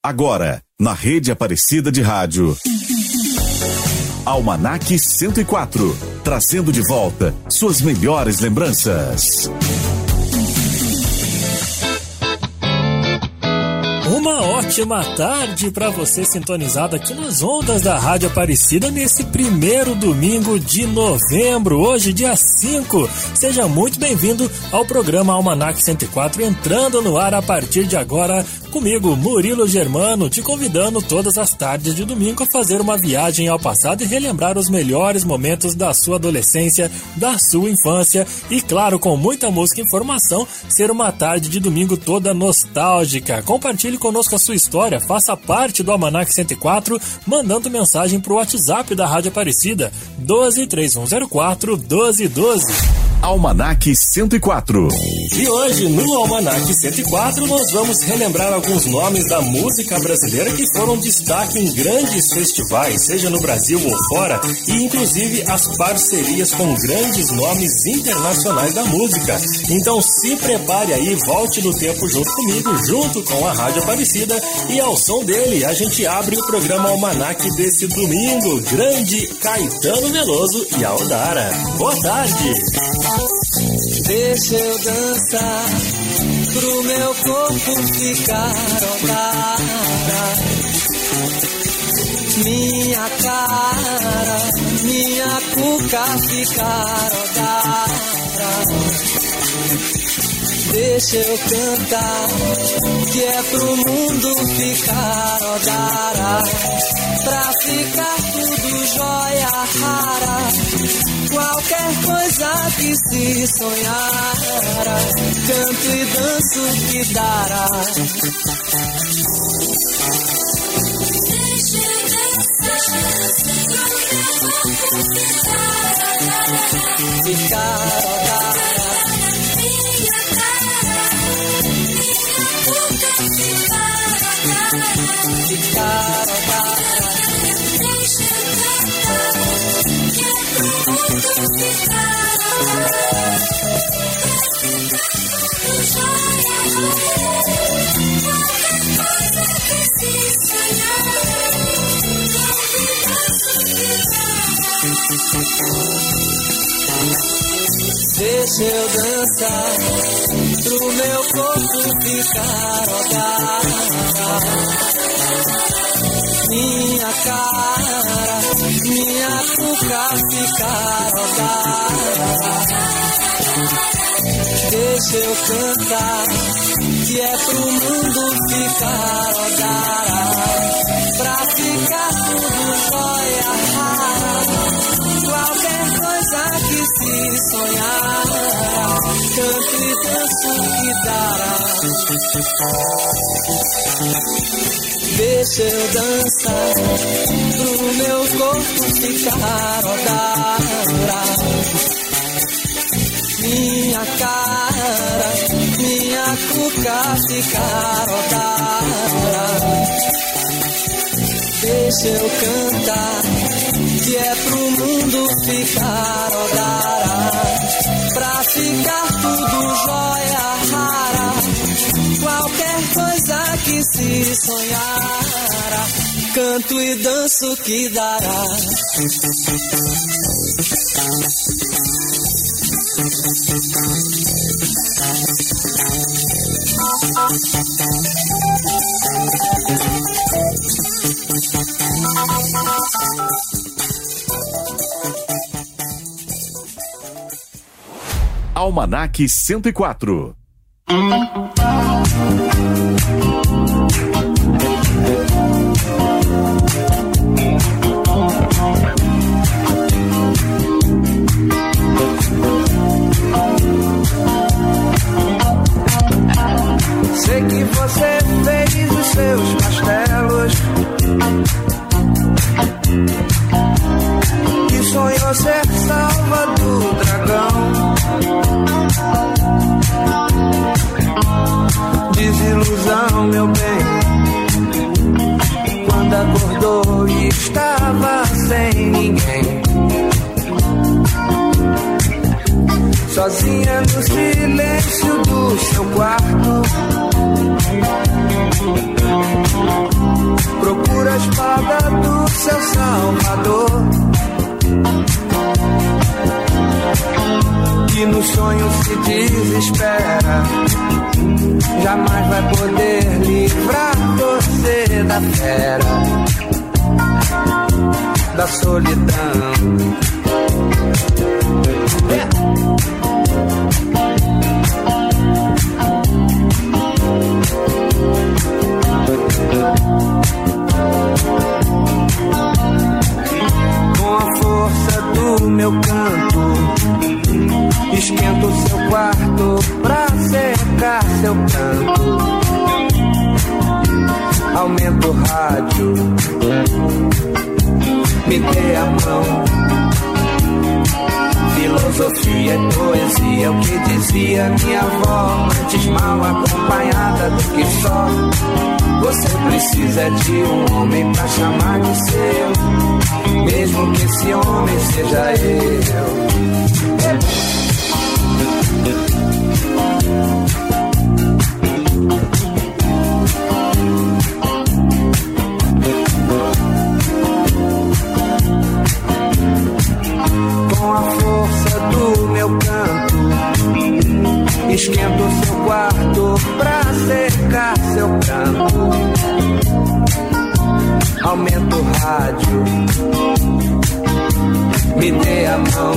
Agora, na Rede Aparecida de Rádio. Almanac 104, trazendo de volta suas melhores lembranças. Uma ótima tarde para você sintonizado aqui nas ondas da Rádio Aparecida nesse primeiro domingo de novembro, hoje dia 5. Seja muito bem-vindo ao programa Almanac 104, entrando no ar a partir de agora comigo, Murilo Germano, te convidando todas as tardes de domingo a fazer uma viagem ao passado e relembrar os melhores momentos da sua adolescência, da sua infância e, claro, com muita música e informação, ser uma tarde de domingo toda nostálgica. Compartilhe conosco a sua história, faça parte do Almanac 104, mandando mensagem para o WhatsApp da Rádio Aparecida, 123104-1212. Almanac 104. E hoje, no Almanac 104, nós vamos relembrar alguns nomes da música brasileira que foram destaque em grandes festivais, seja no Brasil ou fora, e inclusive as parcerias com grandes nomes internacionais da música. Então se prepare aí, volte no tempo junto comigo, junto com a Rádio Aparecida, e ao som dele a gente abre o programa Almanac desse domingo, grande Caetano Veloso e Aldara. Boa tarde! Deixa eu dançar pro meu corpo ficar odara. Minha cara, minha cuca ficar odara. Deixa eu cantar, que é pro mundo ficar odara. Pra ficar tudo jóia rara, qualquer coisa que se sonhara, canto e danço que dará. Deixa eu dançar, ficar odara. Ficar odara. Deixa eu cantar, que é pro mundo ficar odara. Joia qualquer coisa que se sonhar, deixa eu dançar pro meu corpo ficar odara. Minha cara, minha cuca ficar odara. Deixa eu cantar, que é pro mundo ficar odara. Pra ficar tudo jóia rara, qualquer coisa que se sonhar, canto e danço que dará. Deixa eu dançar pro meu corpo ficar odara. Minha cara, minha cuca ficar odara. Deixa eu cantar, que é pro mundo ficar odara. Pra ficar tudo jóia rara, qualquer coisa que se sonhara, canto e danço que dará. Almanac 104. Sei que você fez os seus castelos e sonhou ser salva do dragão. Desilusão, meu bem, quando acordou e estava sem ninguém, sozinha no silêncio do seu quarto. a espada do seu Salvador, que no sonho se desespera, jamais vai poder livrar você da fera, da solidão. Com a força do meu canto, esquento seu quarto pra secar seu pranto. Aumento o rádio, me dê a mão. Filosofia e poesia, o que dizia minha avó, antes mal acompanhada do que só. Você precisa de um homem pra chamar de seu, mesmo que esse homem seja eu. Com a força do meu canto, esquento seu quarto pra secar seu pranto. Aumento o rádio, me dê a mão.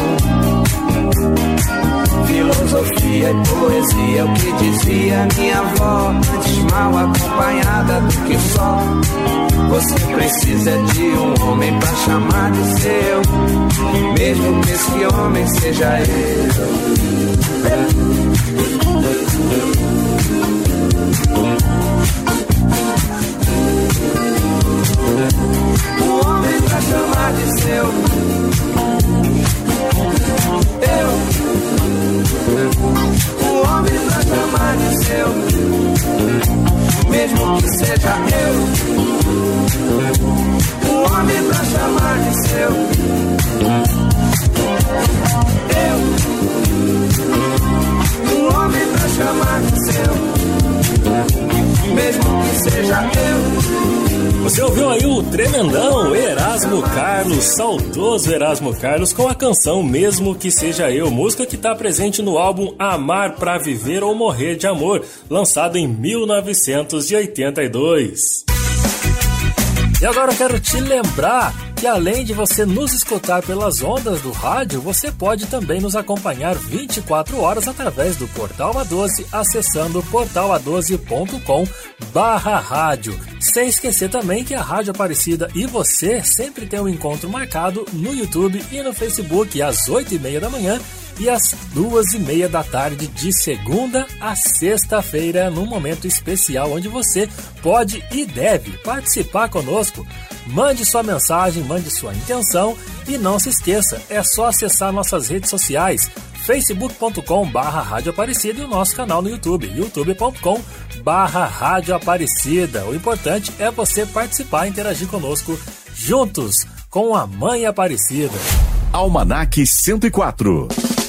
Filosofia e poesia, o que dizia minha avó, antes mal acompanhada do que só. Você precisa de um homem pra chamar de seu, mesmo que esse homem seja eu. Um homem pra chamar de seu, um homem pra chamar de seu, mesmo que seja eu. Um homem pra chamar de seu, um homem pra chamar de seu, mesmo que seja eu. Você ouviu aí o tremendão Erasmo Carlos, saudoso Erasmo Carlos, com a canção Mesmo Que Seja Eu, música que está presente no álbum Amar Pra Viver ou Morrer de Amor, lançado em 1982. E agora eu quero te lembrar que além de você nos escutar pelas ondas do rádio, você pode também nos acompanhar 24 horas através do Portal A12, acessando portala12.com/rádio. Sem esquecer também que a Rádio Aparecida e você sempre tem um encontro marcado no YouTube e no Facebook às 8h30 da manhã e às 2h30 da tarde de segunda a sexta-feira, num momento especial onde você pode e deve participar conosco. Mande sua mensagem, mande sua intenção e não se esqueça, é só acessar nossas redes sociais, facebook.com/Rádio Aparecida e o nosso canal no YouTube, youtube.com/Rádio Aparecida. O importante é você participar e interagir conosco juntos com a Mãe Aparecida. Almanac 104.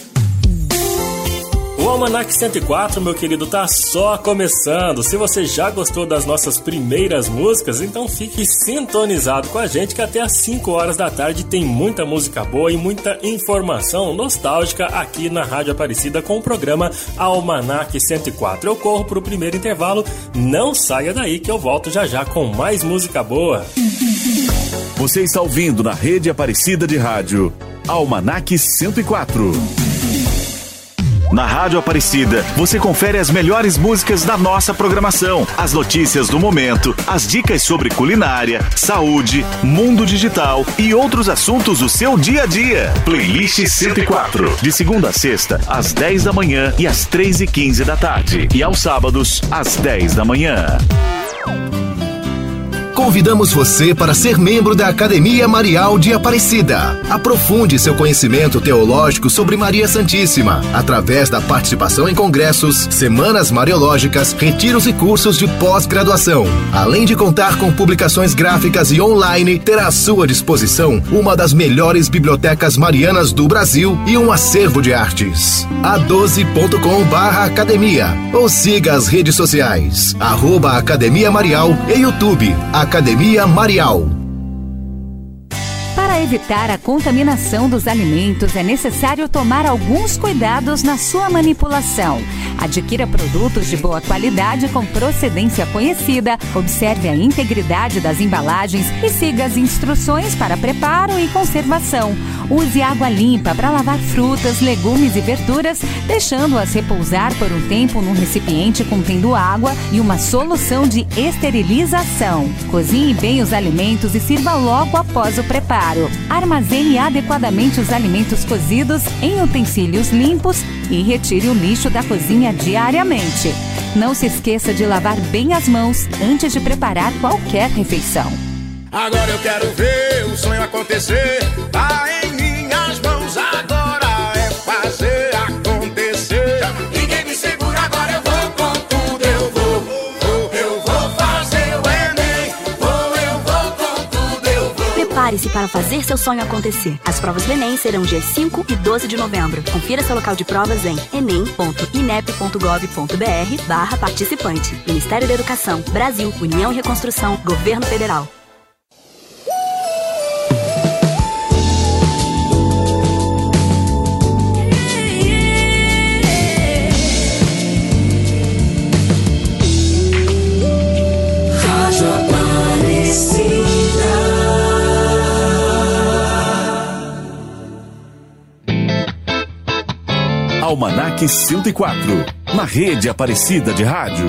O Almanac 104, meu querido, tá só começando. Se você já gostou das nossas primeiras músicas, então fique sintonizado com a gente que até às 5 horas da tarde tem muita música boa e muita informação nostálgica aqui na Rádio Aparecida com o programa Almanac 104. Eu corro pro primeiro intervalo, não saia daí que eu volto já já com mais música boa. Você está ouvindo na Rede Aparecida de Rádio Almanac 104. Na Rádio Aparecida, você confere as melhores músicas da nossa programação, as notícias do momento, as dicas sobre culinária, saúde, mundo digital e outros assuntos do seu dia a dia. Playlist 104, de segunda a sexta, às 10 da manhã e às 3h15 da tarde. E aos sábados, às 10 da manhã. Convidamos você para ser membro da Academia Marial de Aparecida. Aprofunde seu conhecimento teológico sobre Maria Santíssima, através da participação em congressos, semanas mariológicas, retiros e cursos de pós-graduação. Além de contar com publicações gráficas e online, terá à sua disposição uma das melhores bibliotecas marianas do Brasil e um acervo de artes. A12.com/academia ou siga as redes sociais, @Academia Marial e YouTube, Academia Marial. Para evitar a contaminação dos alimentos, é necessário tomar alguns cuidados na sua manipulação. Adquira produtos de boa qualidade com procedência conhecida, observe a integridade das embalagens e siga as instruções para preparo e conservação. Use água limpa para lavar frutas, legumes e verduras, deixando-as repousar por um tempo num recipiente contendo água e uma solução de esterilização. Cozinhe bem os alimentos e sirva logo após o preparo. Armazene adequadamente os alimentos cozidos em utensílios limpos e retire o lixo da cozinha diariamente. Não se esqueça de lavar bem as mãos antes de preparar qualquer refeição. Agora eu quero ver o sonho acontecer. Tá em minhas mãos, agora é fazer acontecer. Ninguém me segura, agora eu vou com tudo. Eu vou fazer o Enem. Eu vou com tudo, eu vou. Prepare-se para fazer seu sonho acontecer. As provas do Enem serão dias 5 e 12 de novembro. Confira seu local de provas em enem.inep.gov.br/participante. Ministério da Educação, Brasil, União e Reconstrução, Governo Federal. Almanac 104, na Rede Aparecida de Rádio.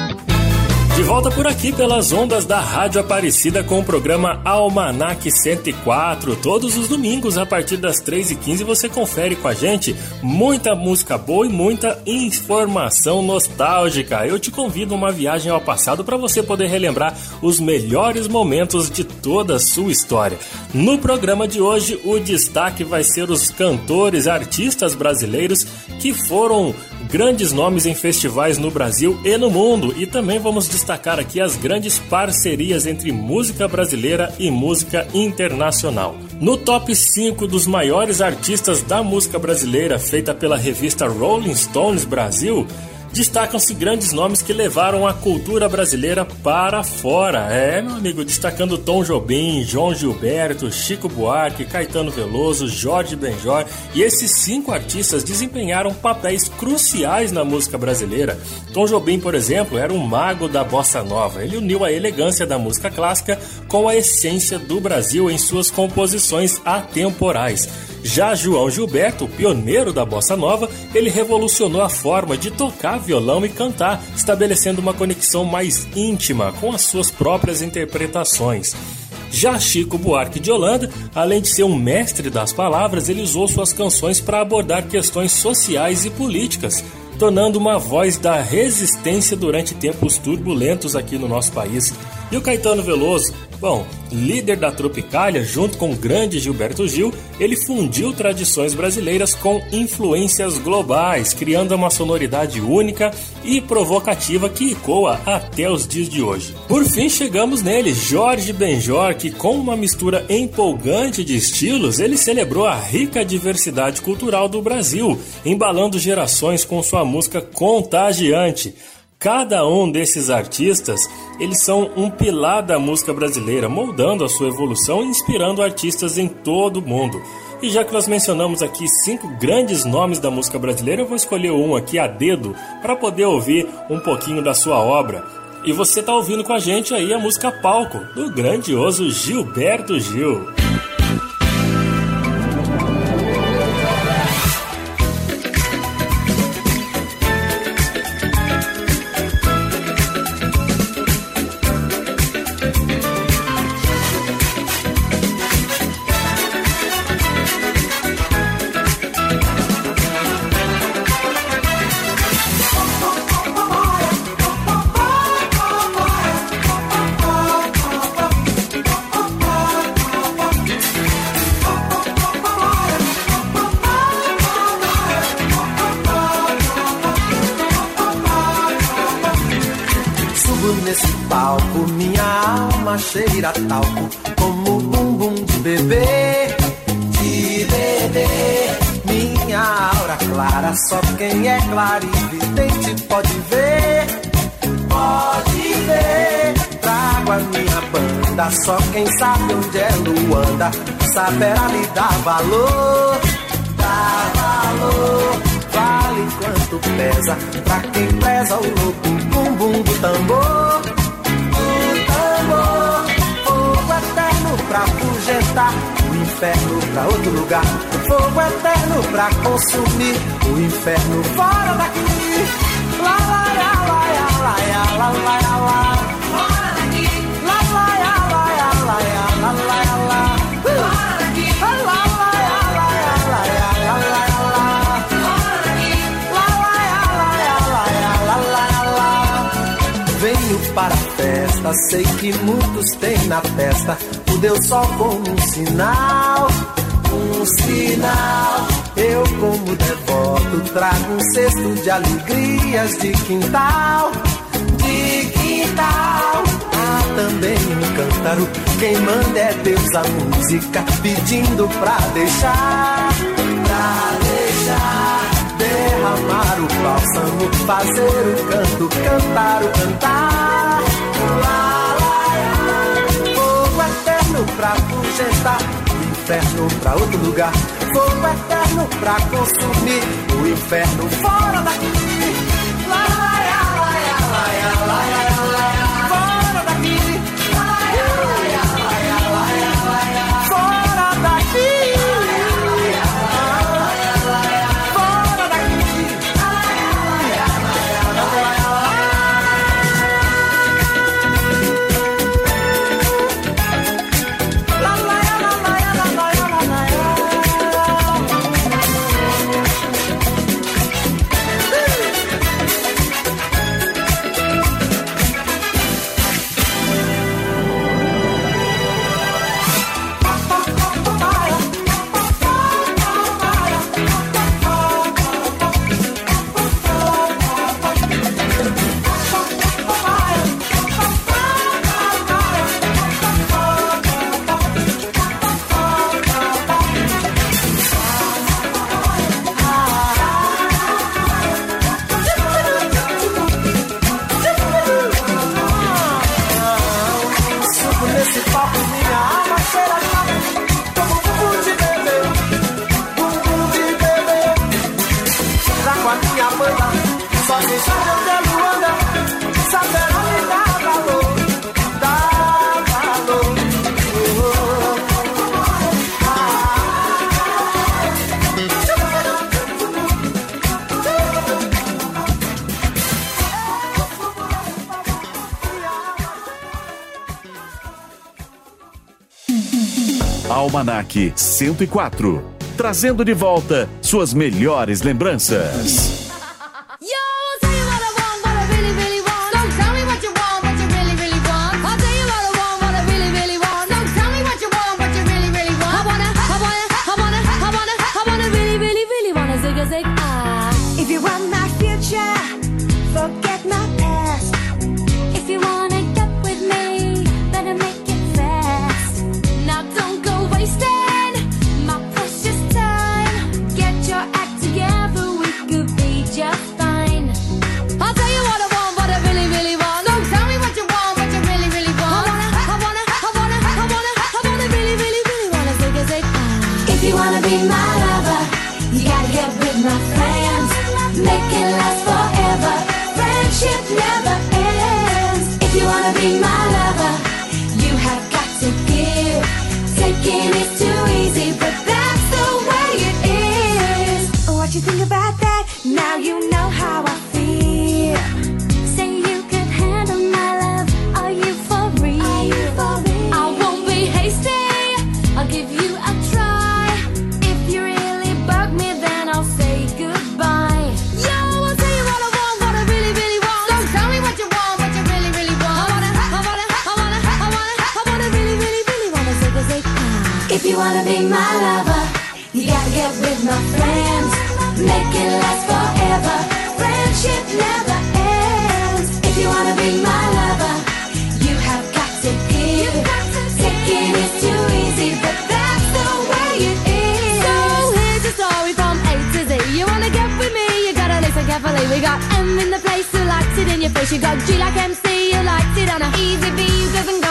De volta por aqui pelas ondas da Rádio Aparecida com o programa Almanac 104. Todos os domingos, a partir das 3h15, você confere com a gente muita música boa e muita informação nostálgica. Eu te convido a uma viagem ao passado para você poder relembrar os melhores momentos de toda a sua história. No programa de hoje, o destaque vai ser os cantores, artistas brasileiros que foram grandes nomes em festivais no Brasil e no mundo, e também vamos destacar aqui as grandes parcerias entre música brasileira e música internacional. No top 5 dos maiores artistas da música brasileira, feita pela revista Rolling Stones Brasil, destacam-se grandes nomes que levaram a cultura brasileira para fora. Meu amigo, destacando Tom Jobim, João Gilberto, Chico Buarque, Caetano Veloso, Jorge Benjor. E esses 5 artistas desempenharam papéis cruciais na música brasileira. Tom Jobim, por exemplo, era um mago da bossa nova. Ele uniu a elegância da música clássica com a essência do Brasil em suas composições atemporais. Já João Gilberto, o pioneiro da bossa nova, ele revolucionou a forma de tocar violão e cantar, estabelecendo uma conexão mais íntima com as suas próprias interpretações. Já Chico Buarque de Holanda, além de ser um mestre das palavras, ele usou suas canções para abordar questões sociais e políticas, tornando uma voz da resistência durante tempos turbulentos aqui no nosso país. E o Caetano Veloso, líder da Tropicália, junto com o grande Gilberto Gil, ele fundiu tradições brasileiras com influências globais, criando uma sonoridade única e provocativa que ecoa até os dias de hoje. Por fim, chegamos nele, Jorge Benjor, que com uma mistura empolgante de estilos, ele celebrou a rica diversidade cultural do Brasil, embalando gerações com sua música contagiante. Cada um desses artistas, eles são um pilar da música brasileira, moldando a sua evolução e inspirando artistas em todo o mundo. E já que nós mencionamos aqui 5 grandes nomes da música brasileira, eu vou escolher um aqui a dedo para poder ouvir um pouquinho da sua obra. E você está ouvindo com a gente aí a música Palco, do grandioso Gilberto Gil. Cheira talco como bumbum de bebê, minha aura clara, só quem é clarividente pode ver, pra trago a minha banda. Só quem sabe onde é Luanda saberá lhe dar valor. Dá valor, vale quanto pesa pra quem preza o louco bumbum do tambor. Do tambor, fogo eterno pra afugentar o inferno pra outro lugar. Fogo eterno pra consumir o inferno fora daqui. Lá, lá, lá, lá, lá, lá, lá, lá, lá, lá. Fora daqui. Lá, lá, lá, lá, lá, lá, lá, lá, lá. Fora daqui. Lá, lá, lá, lá, lá, lá, lá, lá. Fora daqui. Lá, lá, lá, lá, lá, lá. Venho para a festa, sei que muitos têm na testa o Deus Sol como um sinal. Um sinal, eu como devoto trago um cesto de alegrias de quintal. De quintal, há também um cântaro, quem manda é Deus a música, pedindo pra deixar. Pra deixar, derramar o bálsamo, fazer o canto, cantar o cantar. Lá, lá, lá, fogo eterno pra afugentar o inferno pra outro lugar. Fogo eterno pra consumir o inferno fora daqui. Lá, lá, lá, lá, lá, lá, lá, lá. Fora daqui. Lá, lá, lá, lá, lá, lá. Fora daqui. Fora daqui. Almanac 104, trazendo de volta suas melhores lembranças. We got M in the place who likes it in your face. You got G like MC who likes it on a easy B who doesn't go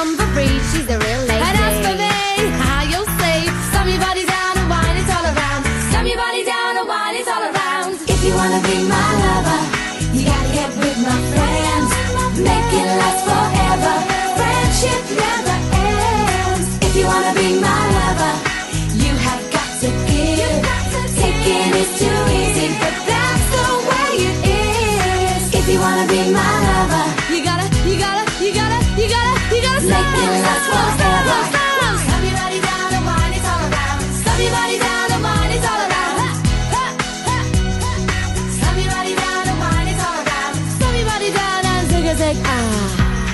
it never ends. If you wanna be my lover, you have got to give. Taking is too easy, but that's the way it is. If you wanna be my lover, you gotta make it last forever. Stop your body down, the wine is all around. Stop your body down, the wine is all around. Stop your body down, the wine is all around. Stop your body down and zig ah.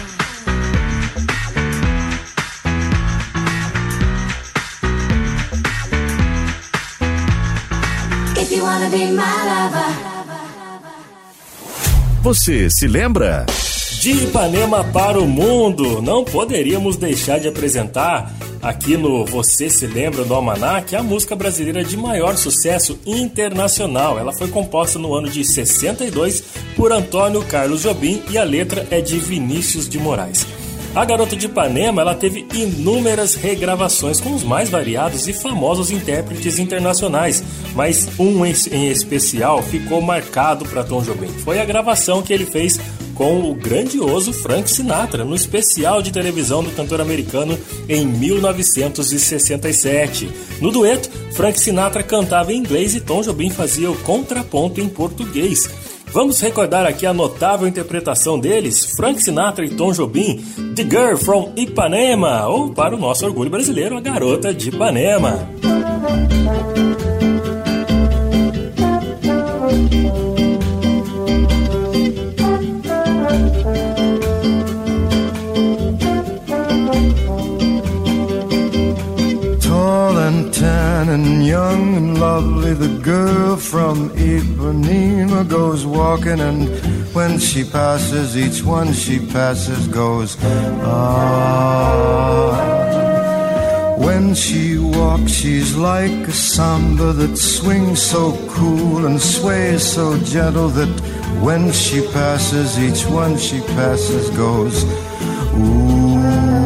If you wanna be my lover. Você se lembra? De Ipanema para o Mundo, não poderíamos deixar de apresentar aqui no Você Se Lembra do Almanac a música brasileira de maior sucesso internacional. Ela foi composta no ano de 62 por Antônio Carlos Jobim e a letra é de Vinícius de Moraes. A Garota de Ipanema, ela teve inúmeras regravações com os mais variados e famosos intérpretes internacionais, mas um em especial ficou marcado para Tom Jobim. Foi a gravação que ele fez com o grandioso Frank Sinatra, no especial de televisão do cantor americano em 1967. No dueto, Frank Sinatra cantava em inglês e Tom Jobim fazia o contraponto em português. Vamos recordar aqui a notável interpretação deles, Frank Sinatra e Tom Jobim, The Girl from Ipanema, ou para o nosso orgulho brasileiro, a Garota de Ipanema. And young and lovely, the girl from Ipanema goes walking, and when she passes, each one she passes goes, ah. When she walks, she's like a samba that swings so cool and sways so gentle that when she passes, each one she passes goes, ooh.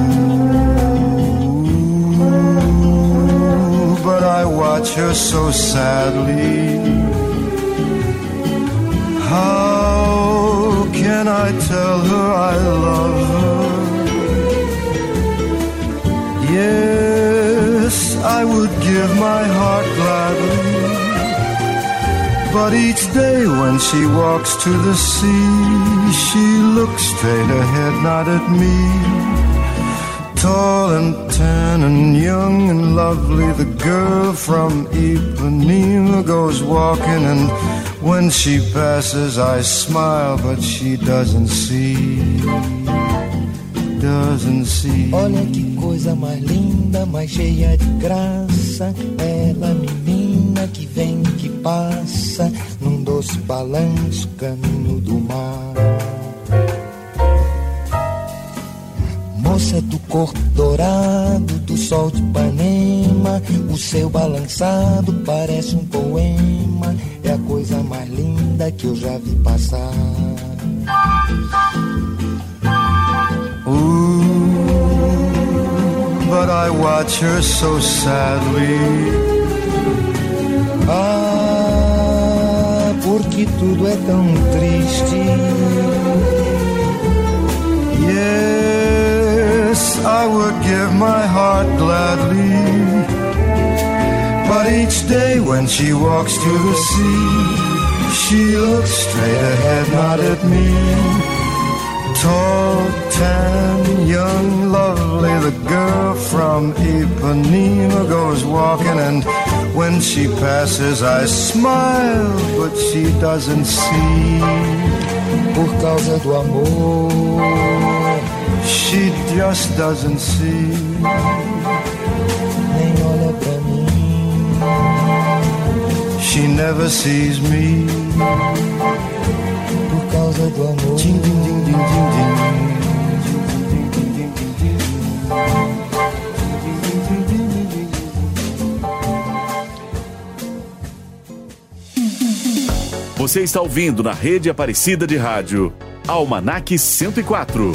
But I watch her so sadly. How can I tell her I love her? Yes, I would give my heart gladly. But each day when she walks to the sea, she looks straight ahead, not at me. Tall and tan and young and lovely, the girl from Ipanema goes walking, and when she passes I smile, but she doesn't see. Olha que coisa mais linda, mais cheia de graça. Ela menina que vem, que passa num doce balanço, caminho do mar. Moça do corpo dourado, do sol de Ipanema, o seu balançado parece um poema. É a coisa mais linda que eu já vi passar. But I watch her so sadly. Ah, porque tudo é tão triste. Yes, I would give my heart gladly. But each day when she walks to the sea, she looks straight ahead, not at me. Tall, tan, young, lovely, the girl from Ipanema goes walking, and when she passes I smile, but she doesn't see. Por causa do amor, she just doesn't see. Nem olha pra mim, she never sees me. Por causa do amor. Ding, ding, ding, ding, ding, Você está ouvindo na Rede Aparecida de Rádio, Almanac 104.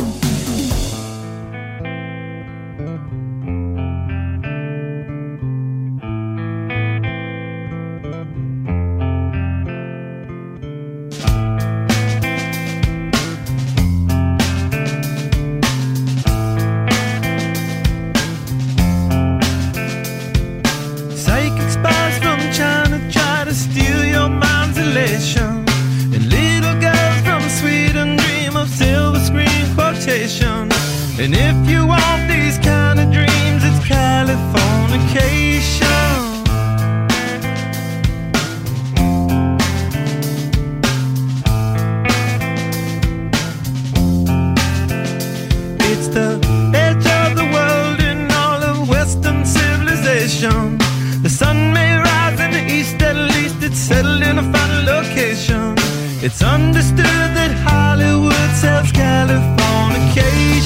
It's understood that Hollywood sells Californication.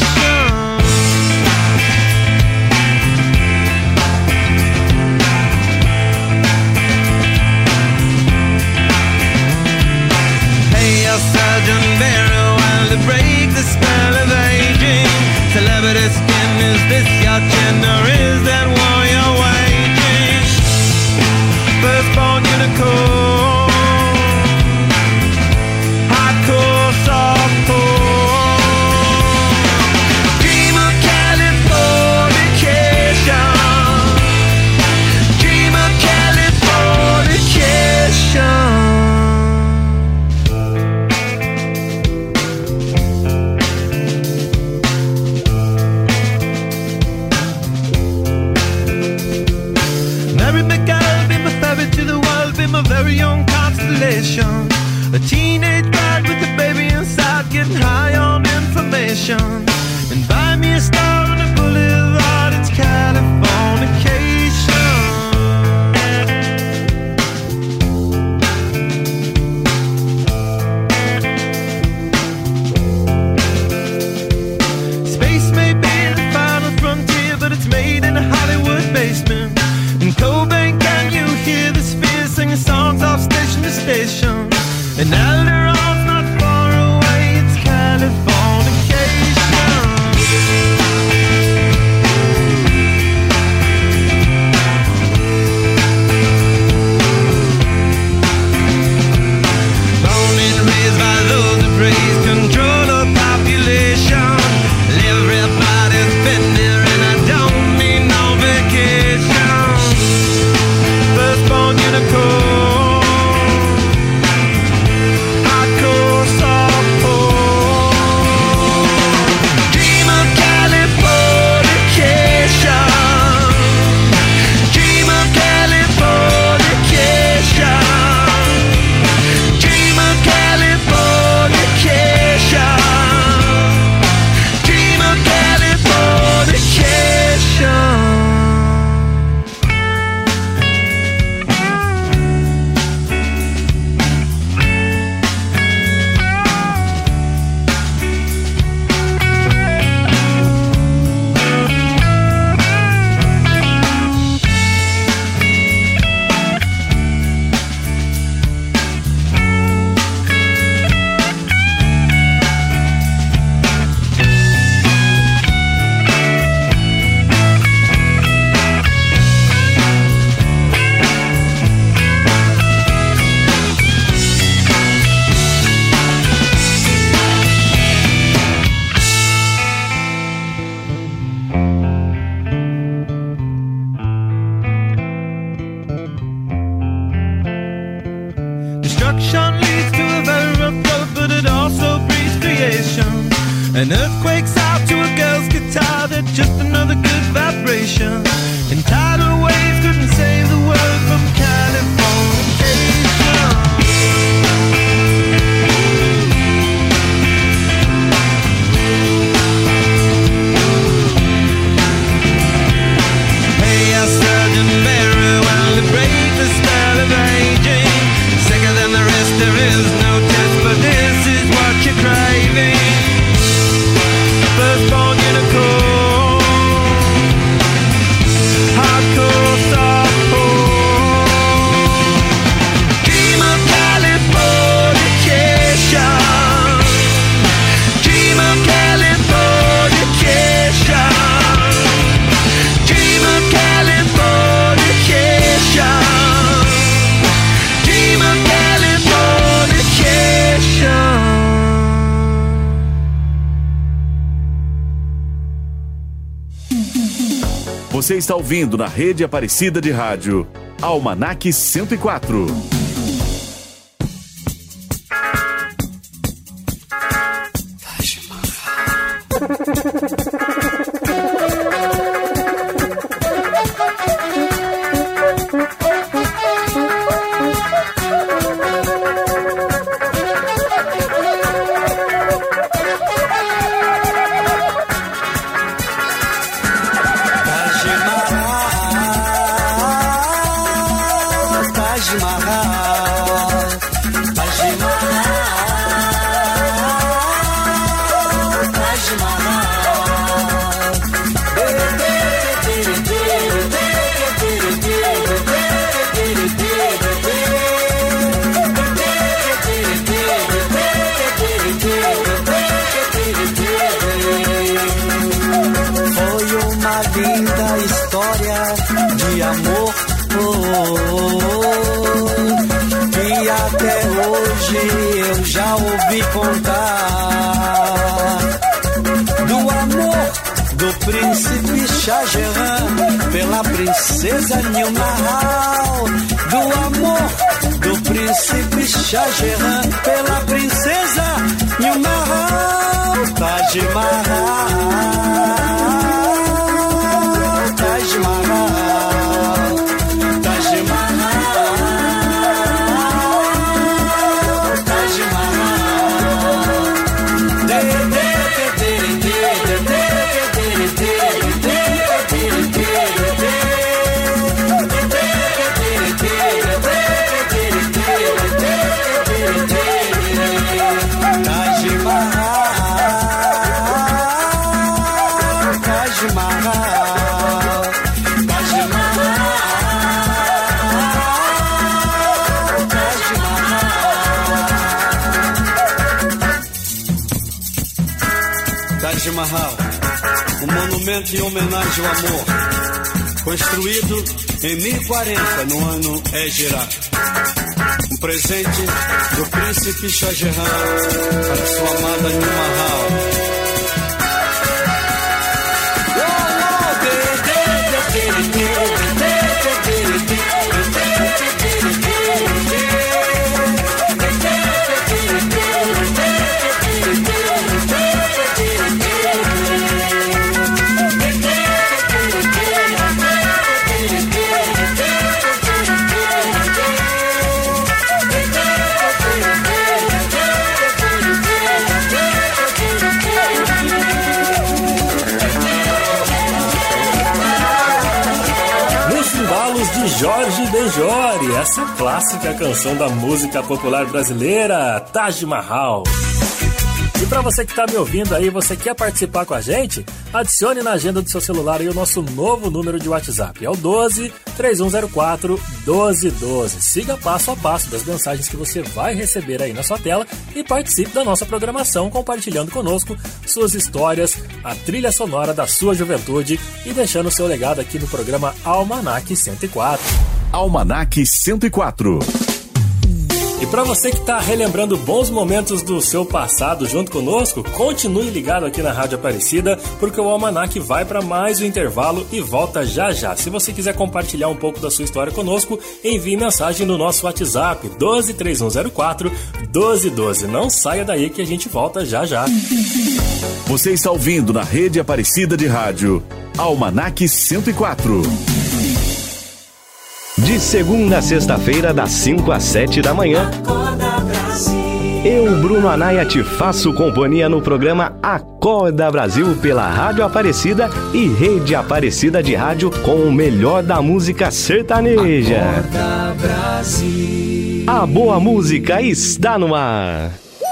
Hey, your Sergeant Barrow, while to break the spell of aging. Celebrity skin, is this your chin or is that war you're waging? Firstborn unicorn. A very young constellation, a teenage bride with a baby inside, getting high on information. And buy me a star on a boulevard, it's Californication. Space may be the final frontier, but it's made in a Hollywood basement. In Cobain, can you hear the sphere singing songs off station to station? And Alderon's not far away, it's Californication. Born and raised by those who praise control of population. Everybody's been there and I don't need no vacation. Firstborn unicorn. Destruction leads to a very rough road, but it also breeds creation. An earthquake's out to a girl's guitar, that's just another good vibration. And tidal waves couldn't save the world from Californication. Hey, our Sergeant Barrow, while to break the spell of aging. Sicker than the rest, there is no test, but this is what you're craving. Firstborn unicorn, hardcore softcore. Dream of Californication. Dream of Californication. Dream of Californication. Dream of Californication. Você está ouvindo na Rede Aparecida de Rádio, Almanac 104. Taj Mahal. uma linda história de amor, que até hoje eu já ouvi contar. Do amor do príncipe Shah Jahan pela princesa Nilmahal. Do amor do príncipe Shah Jahan pela princesa Nilmahal. Taj Mahal, Taj Mahal, Taj Mahal, Taj Mahal. De de de de de Taj Mahal, um monumento em homenagem ao amor, construído em 1040 no ano Égira. Um presente do príncipe Shah Jahan para sua amada Nilmahal. Jorge Benjor, essa clássica canção da música popular brasileira, Taj Mahal. E para você que está me ouvindo aí, você quer participar com a gente? Adicione na agenda do seu celular aí o nosso novo número de WhatsApp. É o 12-3104-1212. Siga passo a passo das mensagens que você vai receber aí na sua tela e participe da nossa programação compartilhando conosco suas histórias, a trilha sonora da sua juventude e deixando o seu legado aqui no programa Almanac 104. Almanac 104. E para você que está relembrando bons momentos do seu passado junto conosco, continue ligado aqui na Rádio Aparecida, porque o Almanac vai para mais um intervalo e volta já já. Se você quiser compartilhar um pouco da sua história conosco, envie mensagem no nosso WhatsApp 12-3104-1212. Não saia daí que a gente volta já já. Você está ouvindo na Rede Aparecida de Rádio Almanac 104. De segunda a sexta-feira, das 5 às 7 da manhã, eu, Bruno Anaia, te faço companhia no programa Acorda Brasil pela Rádio Aparecida e Rede Aparecida de Rádio com o melhor da música sertaneja. Acorda Brasil. A boa música está no ar.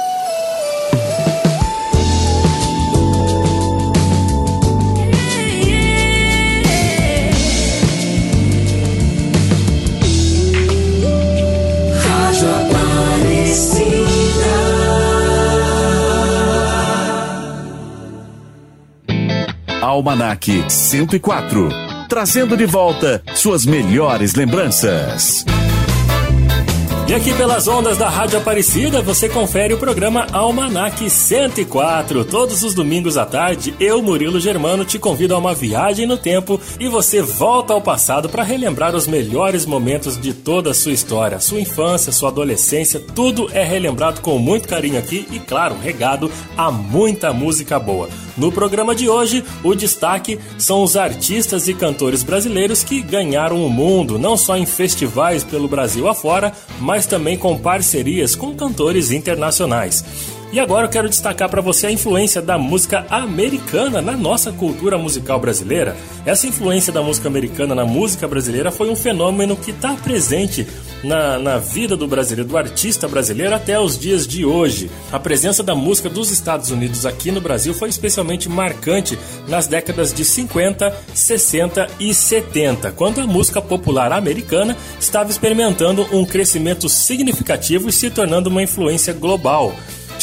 Almanac 104, trazendo de volta suas melhores lembranças. E aqui pelas ondas da Rádio Aparecida, você confere o programa Almanac 104. Todos os domingos à tarde, eu, Murilo Germano, te convido a uma viagem no tempo e você volta ao passado para relembrar os melhores momentos de toda a sua história. Sua infância, sua adolescência, tudo é relembrado com muito carinho aqui e, claro, regado a muita música boa. No programa de hoje, o destaque são os artistas e cantores brasileiros que ganharam o mundo, não só em festivais pelo Brasil afora, mas também com parcerias com cantores internacionais. E agora eu quero destacar para você a influência da música americana na nossa cultura musical brasileira. Essa influência da música americana na música brasileira foi um fenômeno que está presente na vida do brasileiro, do artista brasileiro até os dias de hoje. A presença da música dos Estados Unidos aqui no Brasil foi especialmente marcante nas décadas de 50, 60 e 70, quando a música popular americana estava experimentando um crescimento significativo e se tornando uma influência global.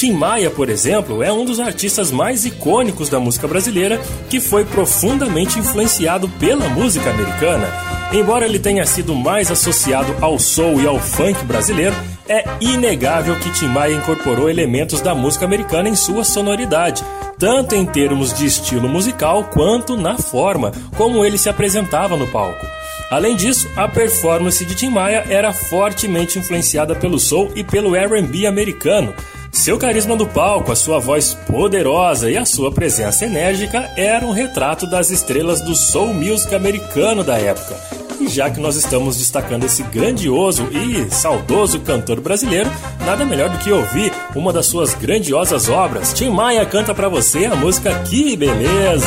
Tim Maia, por exemplo, é um dos artistas mais icônicos da música brasileira que foi profundamente influenciado pela música americana. Embora ele tenha sido mais associado ao soul e ao funk brasileiro, é inegável que Tim Maia incorporou elementos da música americana em sua sonoridade, tanto em termos de estilo musical quanto na forma como ele se apresentava no palco. Além disso, a performance de Tim Maia era fortemente influenciada pelo soul e pelo R&B americano. Seu carisma no palco, a sua voz poderosa e a sua presença enérgica eram um retrato das estrelas do soul music americano da época. E já que nós estamos destacando esse grandioso e saudoso cantor brasileiro, nada melhor do que ouvir uma das suas grandiosas obras. Tim Maia canta pra você a música Que Beleza!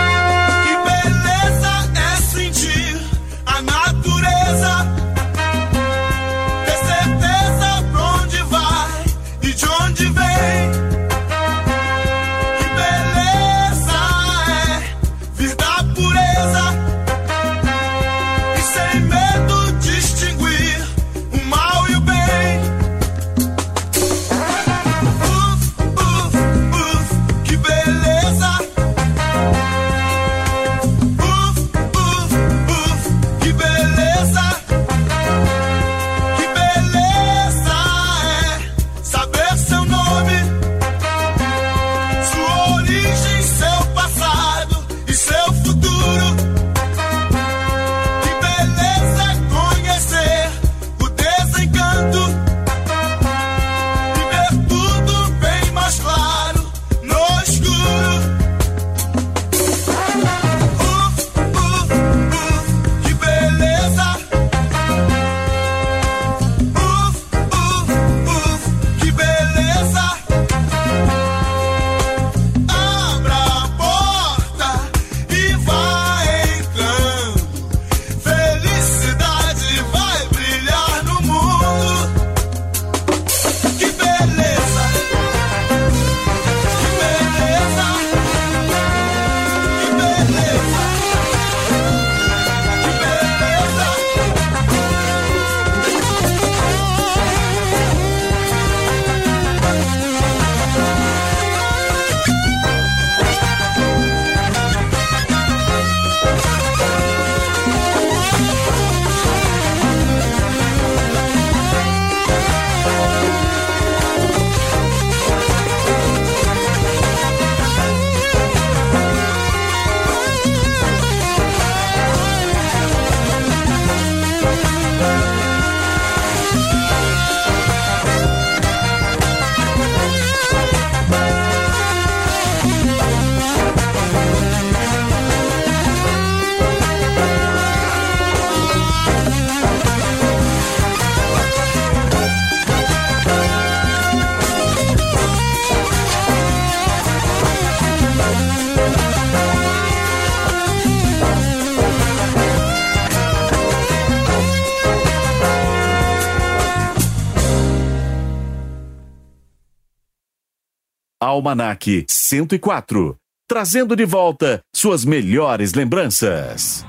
Almanac 104, trazendo de volta suas melhores lembranças.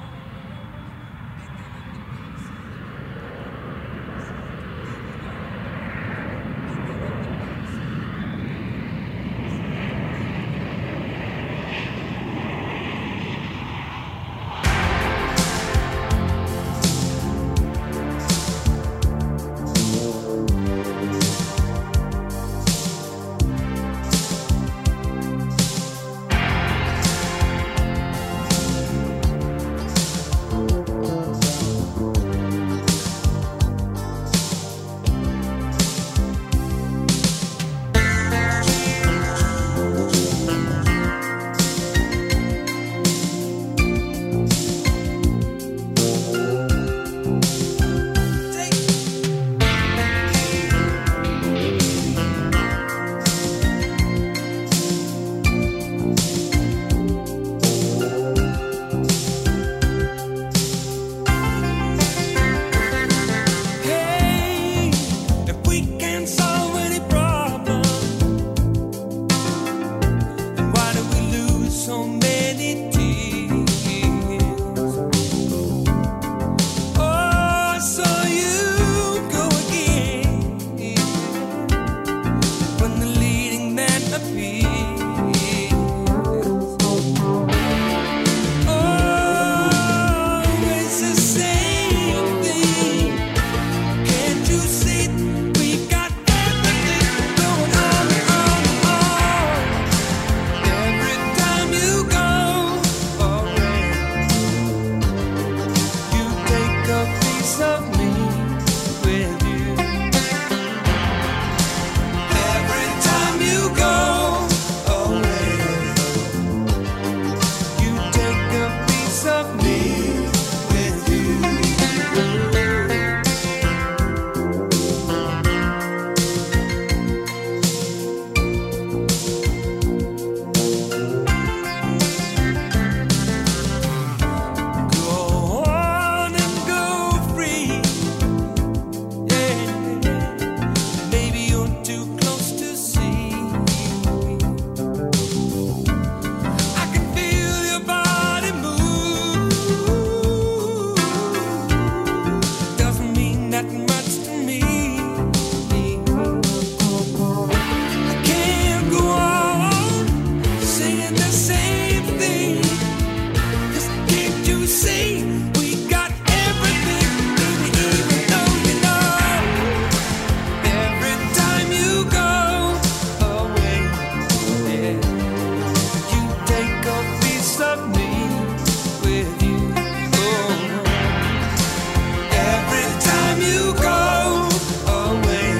say we got everything, baby, even though you know every time you go away, yeah, you take a piece of me with you. Oh, every time you go away,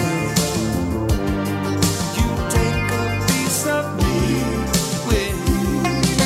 you take a piece of me with you.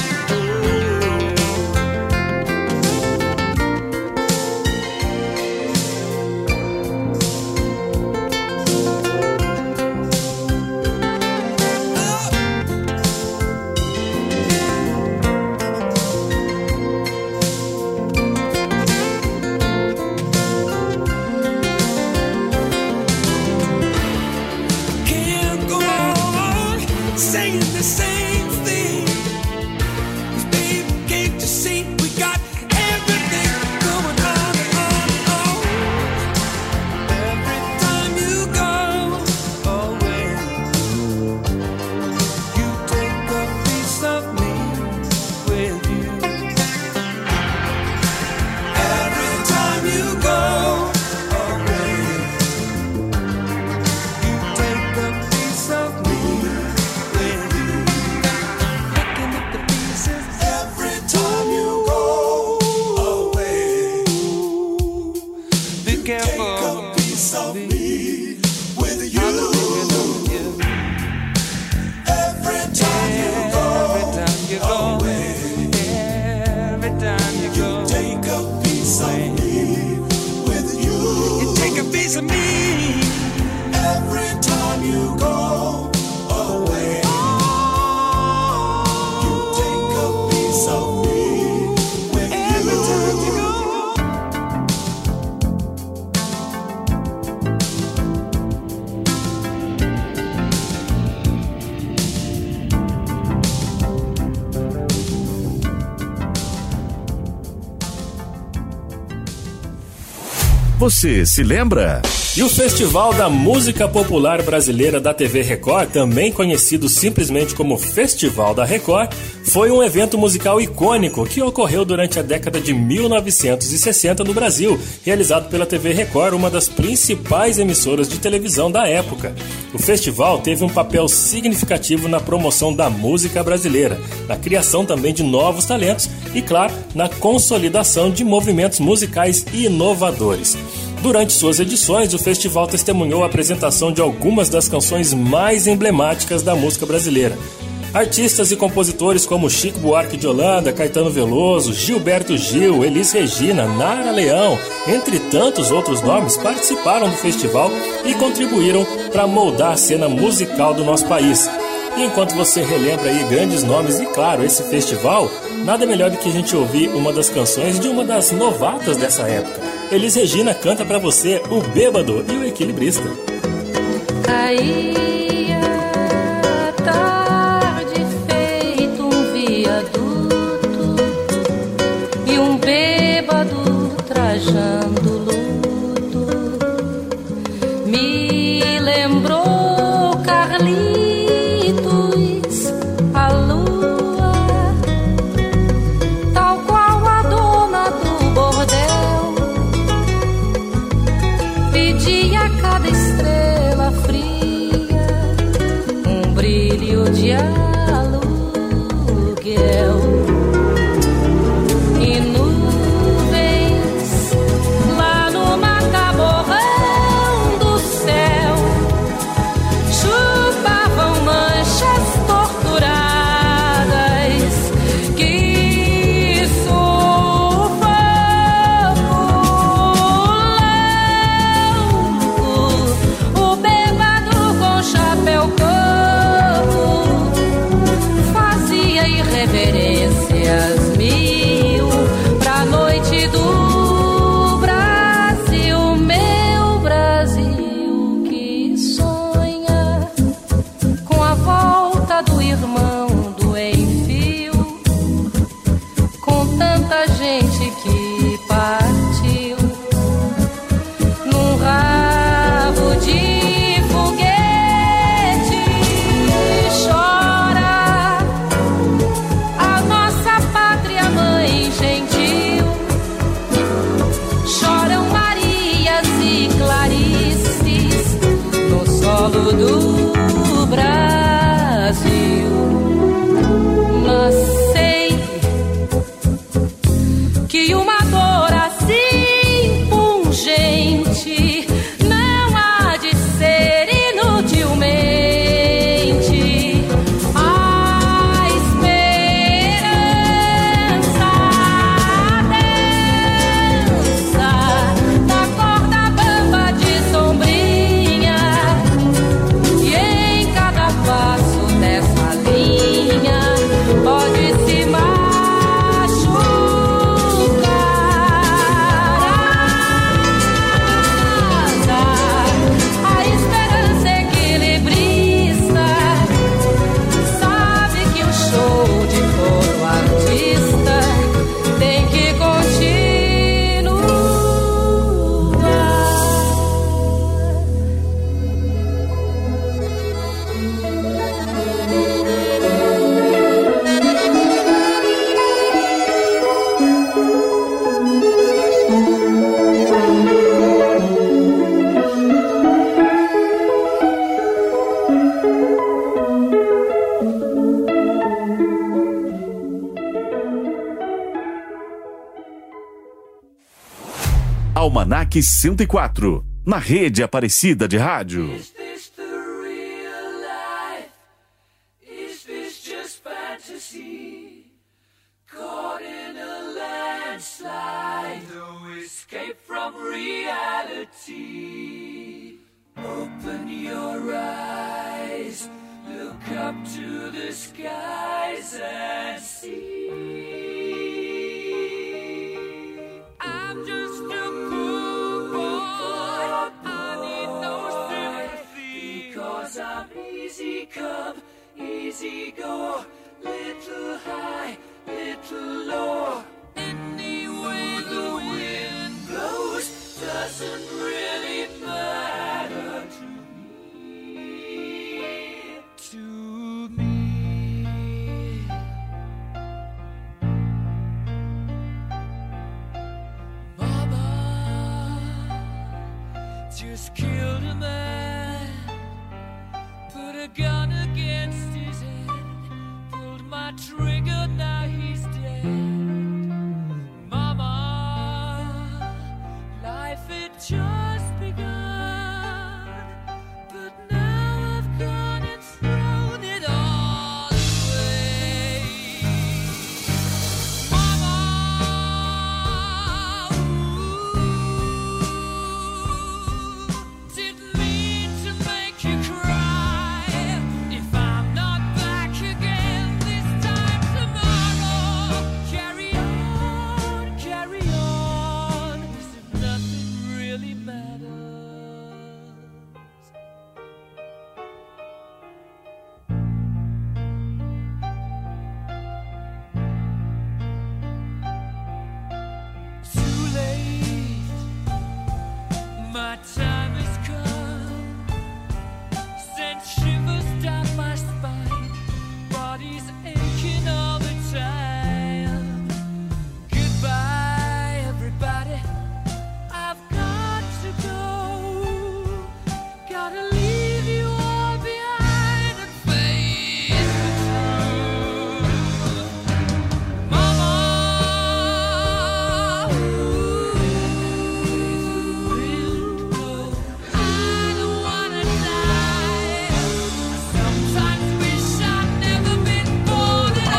Can't go on saying the same thing. 'Cause baby, can't you see we got everything going on and on and on. Every time you go away, you take a piece of me with you. Every time you go away, you take a piece of me with you. Picking up the pieces every time you go away. Be careful. Take a piece of me with you. Every time you go away, every time you go, you take a piece of me with you. You take a piece of me every time you go away. You take a piece of me with you. Every time you go. Você se lembra? E o Festival da Música Popular Brasileira da TV Record, também conhecido simplesmente como Festival da Record, foi um evento musical icônico que ocorreu durante a década de 1960 no Brasil, realizado pela TV Record, uma das principais emissoras de televisão da época. O festival teve um papel significativo na promoção da música brasileira, na criação também de novos talentos e, claro, na consolidação de movimentos musicais inovadores. Durante suas edições, o festival testemunhou a apresentação de algumas das canções mais emblemáticas da música brasileira. Artistas e compositores como Chico Buarque de Holanda, Caetano Veloso, Gilberto Gil, Elis Regina, Nara Leão, entre tantos outros nomes, participaram do festival e contribuíram para moldar a cena musical do nosso país. E enquanto você relembra aí grandes nomes e, claro, esse festival, nada melhor do que a gente ouvir uma das canções de uma das novatas dessa época. Elis Regina canta pra você O Bêbado e o Equilibrista. Caía a tarde feito um viaduto e um bêbado trajando luto me lembrou Carlitos, a lua, tal qual a dona do bordel, pedia a cada estrela fria um brilho de aluguel. E nuvens lá no mataborrão do céu chupavam manchas torturadas que sufoco louco. O bêbado com chapéu coco fazia irreverências mil pra noite do Brasil, meu Brasil que sonha com a volta do irmão do Enfio, com tanta gente que partiu num rabo de foguete. Chora a nossa pátria mãe gentil, uma dor assim pungente não há de ser inutilmente a esperança, a dança da corda bamba de sombrinha, e em cada passo dessa linha pode se a esperança equilibrista sabe que o show de todo artista tem que Almanac 104, na Rede Aparecida de Rádio. Is this the real life? Is this just fantasy? Caught in a landslide, no escape from reality. Open your eyes, look up to the skies and see. I'm just a poor boy, I need no sympathy, because I'm easy come, easy go, little high, little low. Any way the wind blows doesn't really matter to me. To me. Mama just killed a man, put a gun against his head, pulled my trigger, now he's dead. Mama, life had just begun, but now I've gone and thrown it all away. Mama, didn't mean to make you cry. If I'm not back again this time tomorrow, carry on, as if nothing really matters. Too late, my time has come. Sent shivers down my spine, body's aching all the time. Goodbye, everybody, I've got to go. Gotta leave you all behind and face the truth. Mama, I don't wanna die. I sometimes wish I'd never been born at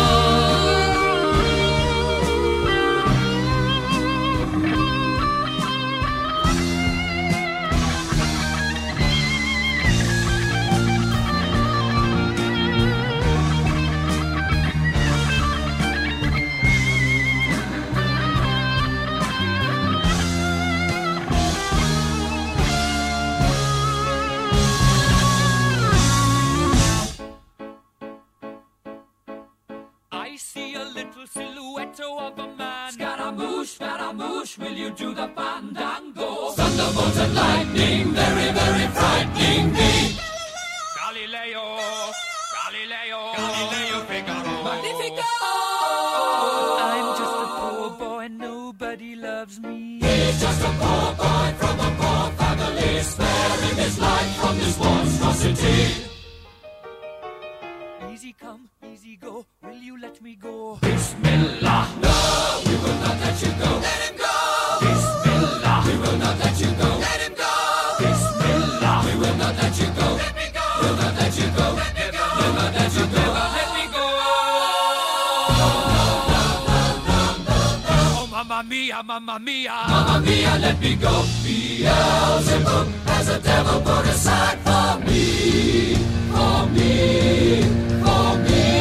I see a little silhouette of a man. Scaramouche, will you do the fandango? Thunderbolt and lightning, very, very frightening me. Galileo, Figaro. Magnifico! I'm just a poor boy, nobody loves me. He's just a poor boy from a poor family, sparing his life from this monstrosity. Easy come, easy go, will you let me go? Bismillah, no, we will not let you go. mia, mamma mia. Mamma mia, let me go. Beelzebub has a devil put aside for me, for me, for me.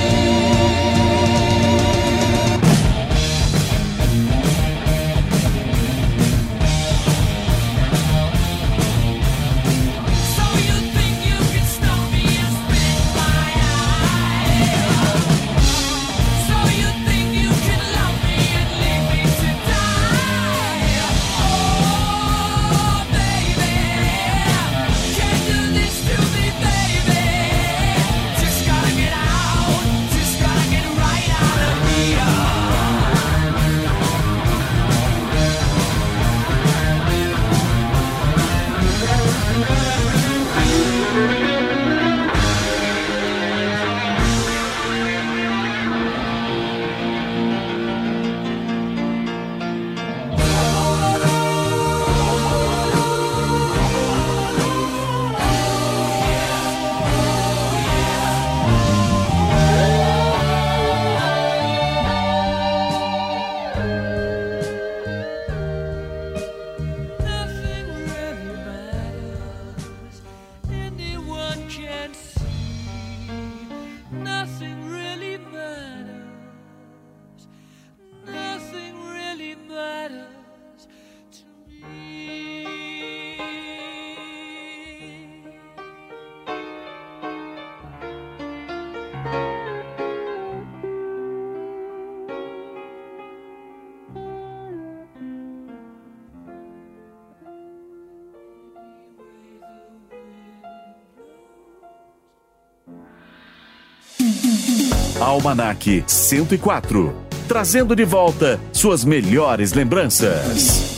Almanac 104, trazendo de volta suas melhores lembranças.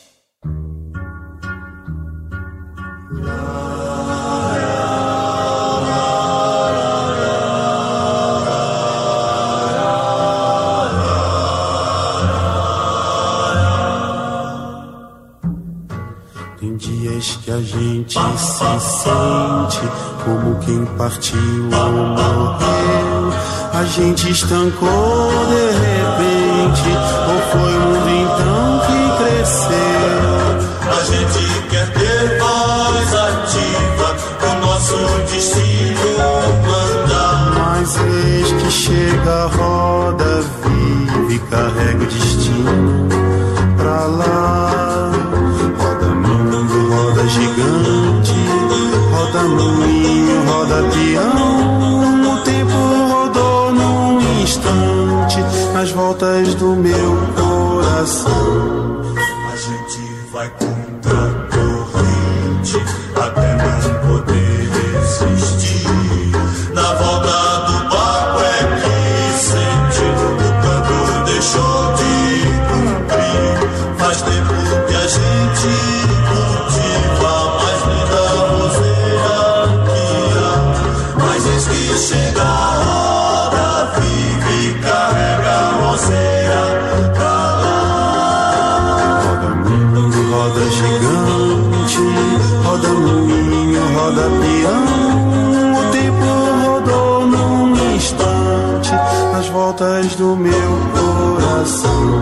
Tem dias que a gente se sente como quem partiu ou morreu. A gente estancou de repente, ou foi o mundo então que cresceu? A gente quer ter voz ativa, o nosso destino mandar. Mas eis que chega a roda viva e carrega o destino pra lá. Roda mundo, roda gigante, roda moinho, roda peão. O tempo rodou num instante nas voltas do meu coração. A gente vai contra a corrente até não poder resistir. Na volta do barco é que sente o canto deixou de cumprir. Faz tempo que a gente cultiva a mais linda roseira que há. Mas eis que chega a roda viva e carrega a roseira pra lá. Roda mundo, roda gigante, roda moinho, roda peão. O tempo rodou num instante nas voltas do meu coração.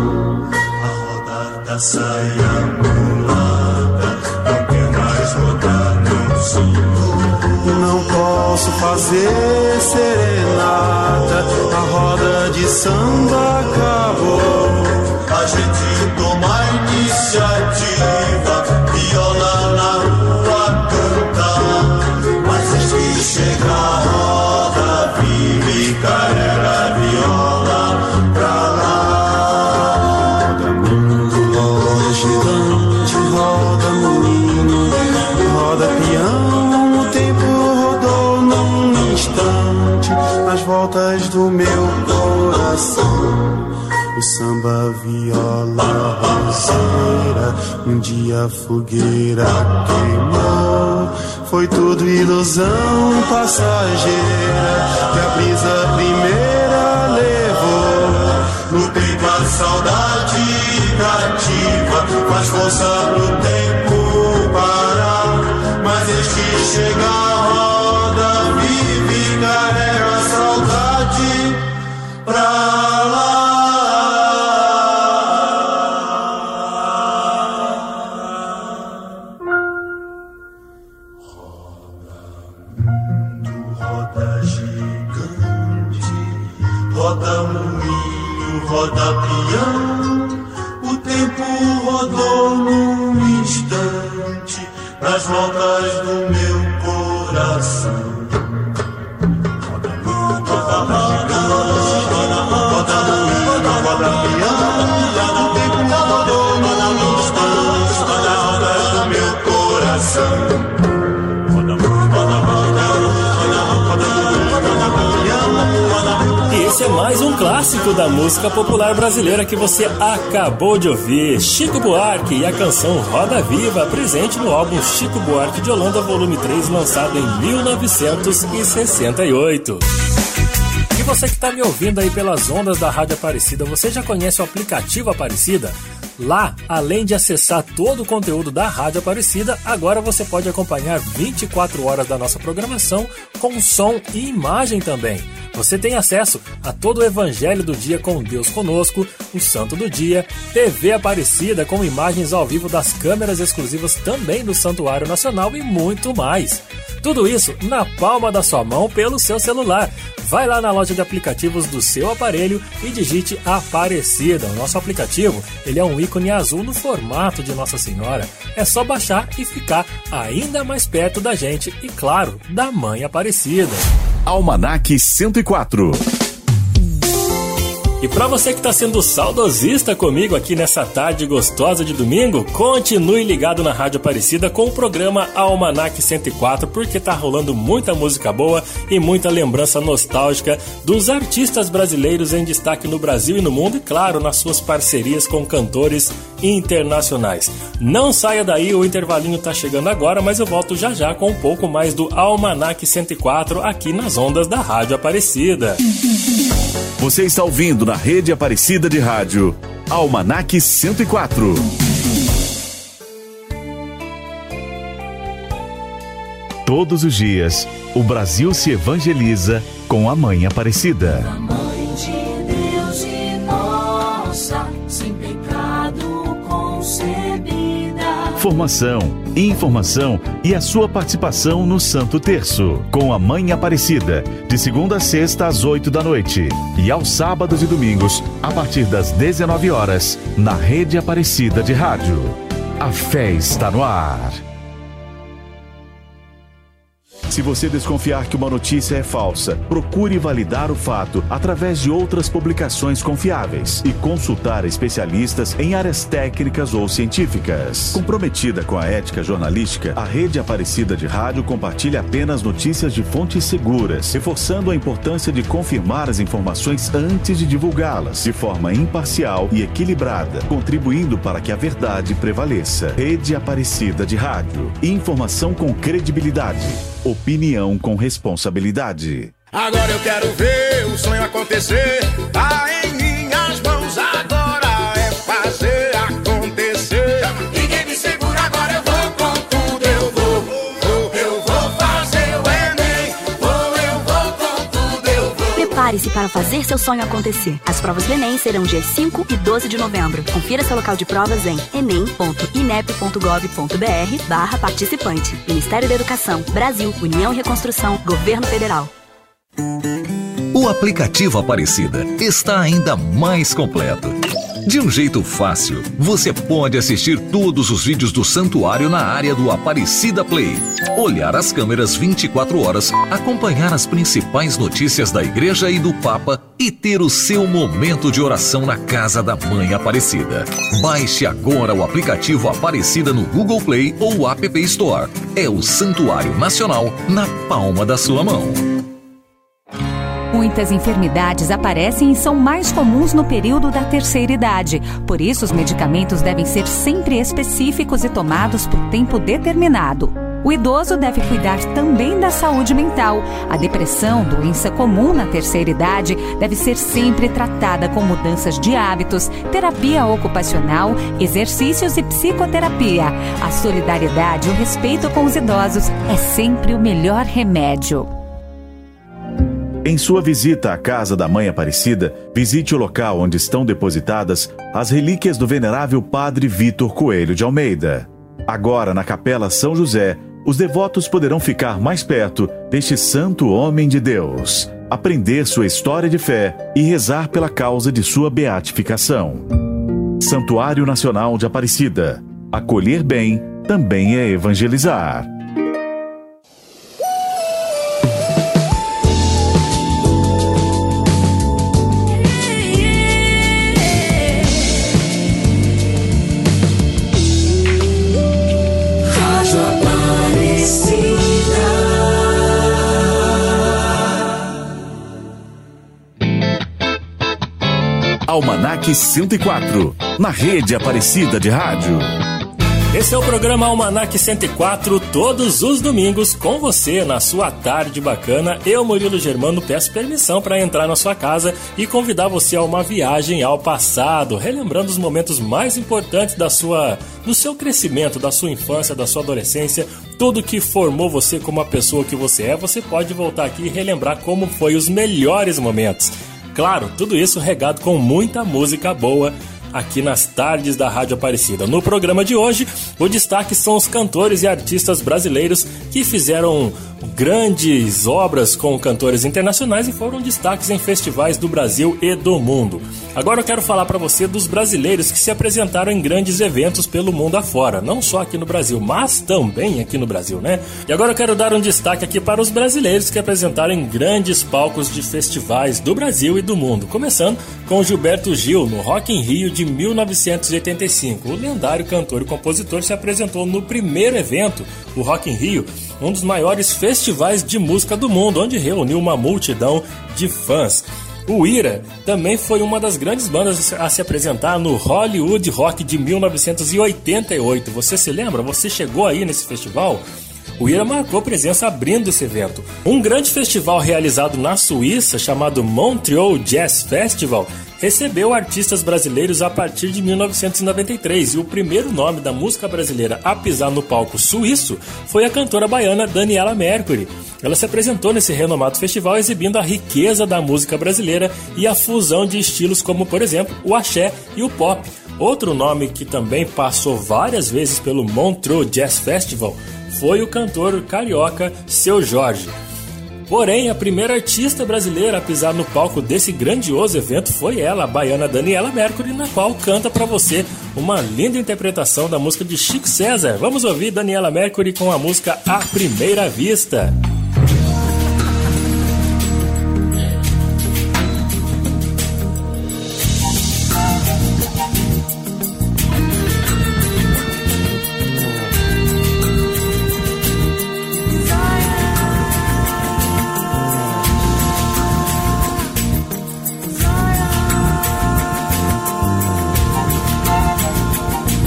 Da saia mulata não quer mais rodar no sul. Não posso fazer serenata, a roda de samba acabou. A gente toma a iniciativa, viola na rua cantar. Mas eis que chega a roda viva e carrega a viola pra lá. Gigante, roda moinho, roda peão. O tempo rodou num instante nas voltas do meu coração. O samba, viola, roseira, um dia a fogueira queimou. Foi tudo ilusão passageira que a brisa primeira levou. No peito a saudade cativa, faz força pro tempo parar. Mas eis que chega a roda viva e carrega a saudade pra lá. nas voltas do meu coração. Roda lua, roda gigante, roda moinho, roda piano, vem com a dor, roda distância, roda as voltas do meu coração. E esse é mais um clássico da música popular brasileira que você acabou de ouvir. Chico Buarque e a canção Roda Viva, presente no álbum Chico Buarque de Holanda, volume 3, lançado em 1968. E você que está me ouvindo aí pelas ondas da Rádio Aparecida, você já conhece o aplicativo Aparecida? Lá, além de acessar todo o conteúdo da Rádio Aparecida, agora você pode acompanhar 24 horas da nossa programação com som e imagem também. Você tem acesso a todo o Evangelho do Dia com Deus Conosco, o Santo do Dia, TV Aparecida com imagens ao vivo das câmeras exclusivas também do Santuário Nacional e muito mais. Tudo isso na palma da sua mão pelo seu celular. Vai lá na loja de aplicativos do seu aparelho e digite Aparecida. O nosso aplicativo, ele é um ícone azul no formato de Nossa Senhora. É só baixar e ficar ainda mais perto da gente e, claro, da Mãe Aparecida. Almanaque 104. E para você que está sendo saudosista comigo aqui nessa tarde gostosa de domingo, continue ligado na Rádio Aparecida com o programa Almanaque 104, porque tá rolando muita música boa e muita lembrança nostálgica dos artistas brasileiros em destaque no Brasil e no mundo e, claro, nas suas parcerias com cantores internacionais. Não saia daí, o intervalinho tá chegando agora, mas eu volto já já com um pouco mais do Almanaque 104 aqui nas ondas da Rádio Aparecida. Você está ouvindo na Rede Aparecida de Rádio, Almanaque 104. Todos os dias, o Brasil se evangeliza com a Mãe Aparecida. A Mãe de Deus e nossa, sem pecado concebida. Formação, informação e a sua participação no Santo Terço, com a Mãe Aparecida, de segunda a sexta às 8 da noite e aos sábados e domingos, a partir das 19 horas, na Rede Aparecida de Rádio. A fé está no ar. Se você desconfiar que uma notícia é falsa, procure validar o fato através de outras publicações confiáveis e consultar especialistas em áreas técnicas ou científicas. Comprometida com a ética jornalística, a Rede Aparecida de Rádio compartilha apenas notícias de fontes seguras, reforçando a importância de confirmar as informações antes de divulgá-las, de forma imparcial e equilibrada, contribuindo para que a verdade prevaleça. Rede Aparecida de Rádio. Informação com credibilidade. Opinião com responsabilidade. Agora eu quero ver o sonho acontecer. Tá em minhas mãos, agora é fazer acontecer. Ninguém me segura, agora eu vou com tudo. Eu vou fazer o Enem. Eu vou com tudo, eu vou. Prepare-se para fazer seu sonho acontecer. As provas do Enem serão dias 5 e 12 de novembro. Confira seu local de provas em enem.inep.gov.br/participante. Ministério da Educação, Brasil, União e Reconstrução, Governo Federal. O aplicativo Aparecida está ainda mais completo. De um jeito fácil, você pode assistir todos os vídeos do santuário na área do Aparecida Play, olhar as câmeras 24 horas, acompanhar as principais notícias da Igreja e do Papa e ter o seu momento de oração na casa da Mãe Aparecida. Baixe agora o aplicativo Aparecida no Google Play ou App Store. É o Santuário Nacional na palma da sua mão. Muitas enfermidades aparecem e são mais comuns no período da terceira idade. Por isso, os medicamentos devem ser sempre específicos e tomados por tempo determinado. O idoso deve cuidar também da saúde mental. A depressão, doença comum na terceira idade, deve ser sempre tratada com mudanças de hábitos, terapia ocupacional, exercícios e psicoterapia. A solidariedade e o respeito com os idosos é sempre o melhor remédio. Em sua visita à casa da Mãe Aparecida, visite o local onde estão depositadas as relíquias do venerável Padre Vitor Coelho de Almeida. Agora, na Capela São José, os devotos poderão ficar mais perto deste santo homem de Deus, aprender sua história de fé e rezar pela causa de sua beatificação. Santuário Nacional de Aparecida. Acolher bem, também é evangelizar. Almanac 104, na Rede Aparecida de Rádio. Esse é o programa Almanac 104, todos os domingos, com você na sua tarde bacana. Eu, Murilo Germano, peço permissão para entrar na sua casa e convidar você a uma viagem ao passado, relembrando os momentos mais importantes do seu crescimento, da sua infância, da sua adolescência, tudo que formou você como a pessoa que você é. Você pode voltar aqui e relembrar como foi os melhores momentos. Claro, tudo isso regado com muita música boa aqui nas tardes da Rádio Aparecida. No programa de hoje, o destaque são os cantores e artistas brasileiros que fizeram grandes obras com cantores internacionais e foram destaques em festivais do Brasil e do mundo. Agora eu quero falar para você dos brasileiros que se apresentaram em grandes eventos pelo mundo afora, não só aqui no Brasil, mas também aqui no Brasil, né? E agora eu quero dar um destaque aqui para os brasileiros que apresentaram em grandes palcos de festivais do Brasil e do mundo, começando com Gilberto Gil no Rock in Rio de 1985. O lendário cantor e compositor se apresentou no primeiro evento, o Rock in Rio, um dos maiores festivais de música do mundo, onde reuniu uma multidão de fãs. O Ira também foi uma das grandes bandas a se apresentar no Hollywood Rock de 1988. Você se lembra? Você chegou aí nesse festival? O Ira marcou presença abrindo esse evento. Um grande festival realizado na Suíça, chamado Montreal Jazz Festival, recebeu artistas brasileiros a partir de 1993, e o primeiro nome da música brasileira a pisar no palco suíço foi a cantora baiana Daniela Mercury. Ela se apresentou nesse renomado festival exibindo a riqueza da música brasileira e a fusão de estilos como, por exemplo, o axé e o pop. Outro nome que também passou várias vezes pelo Montreux Jazz Festival foi o cantor carioca Seu Jorge. Porém, a primeira artista brasileira a pisar no palco desse grandioso evento foi ela, a baiana Daniela Mercury, na qual canta pra você uma linda interpretação da música de Chico César. Vamos ouvir Daniela Mercury com a música À Primeira Vista.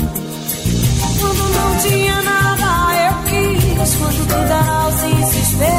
Quando não tinha nada, eu quis. Quando tudo era ausência,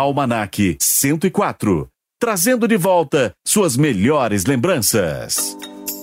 Almanac 104, trazendo de volta suas melhores lembranças.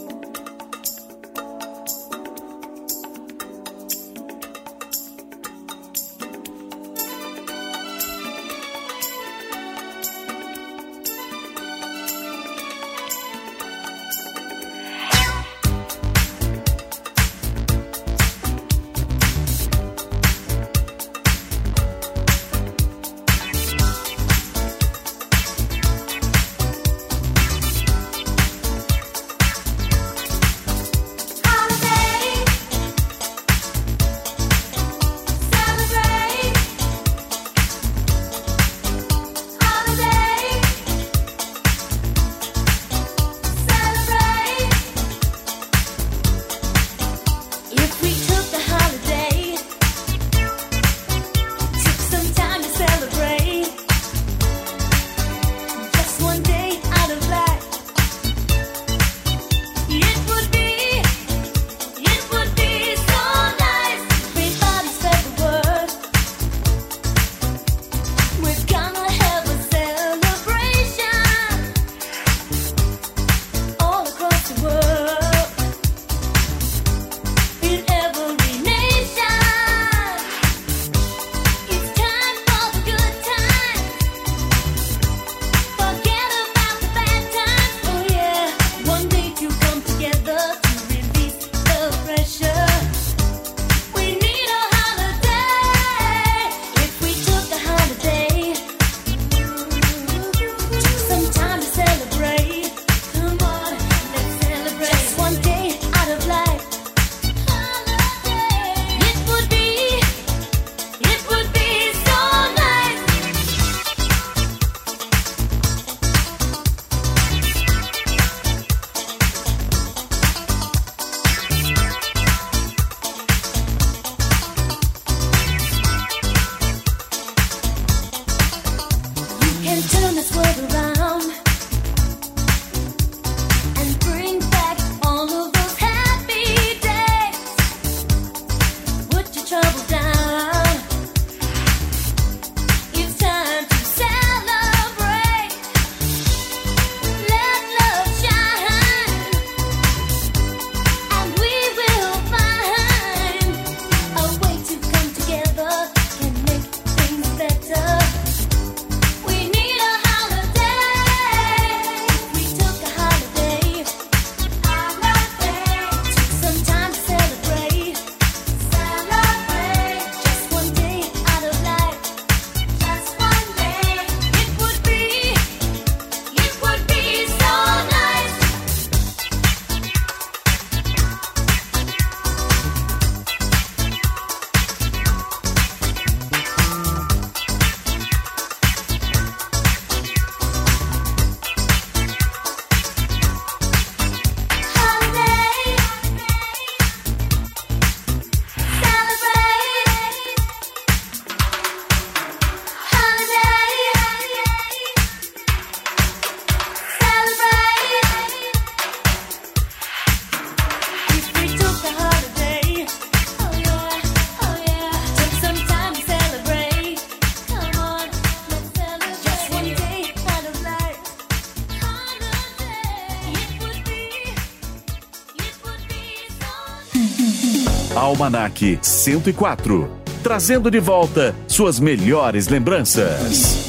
Almanac 104, trazendo de volta suas melhores lembranças.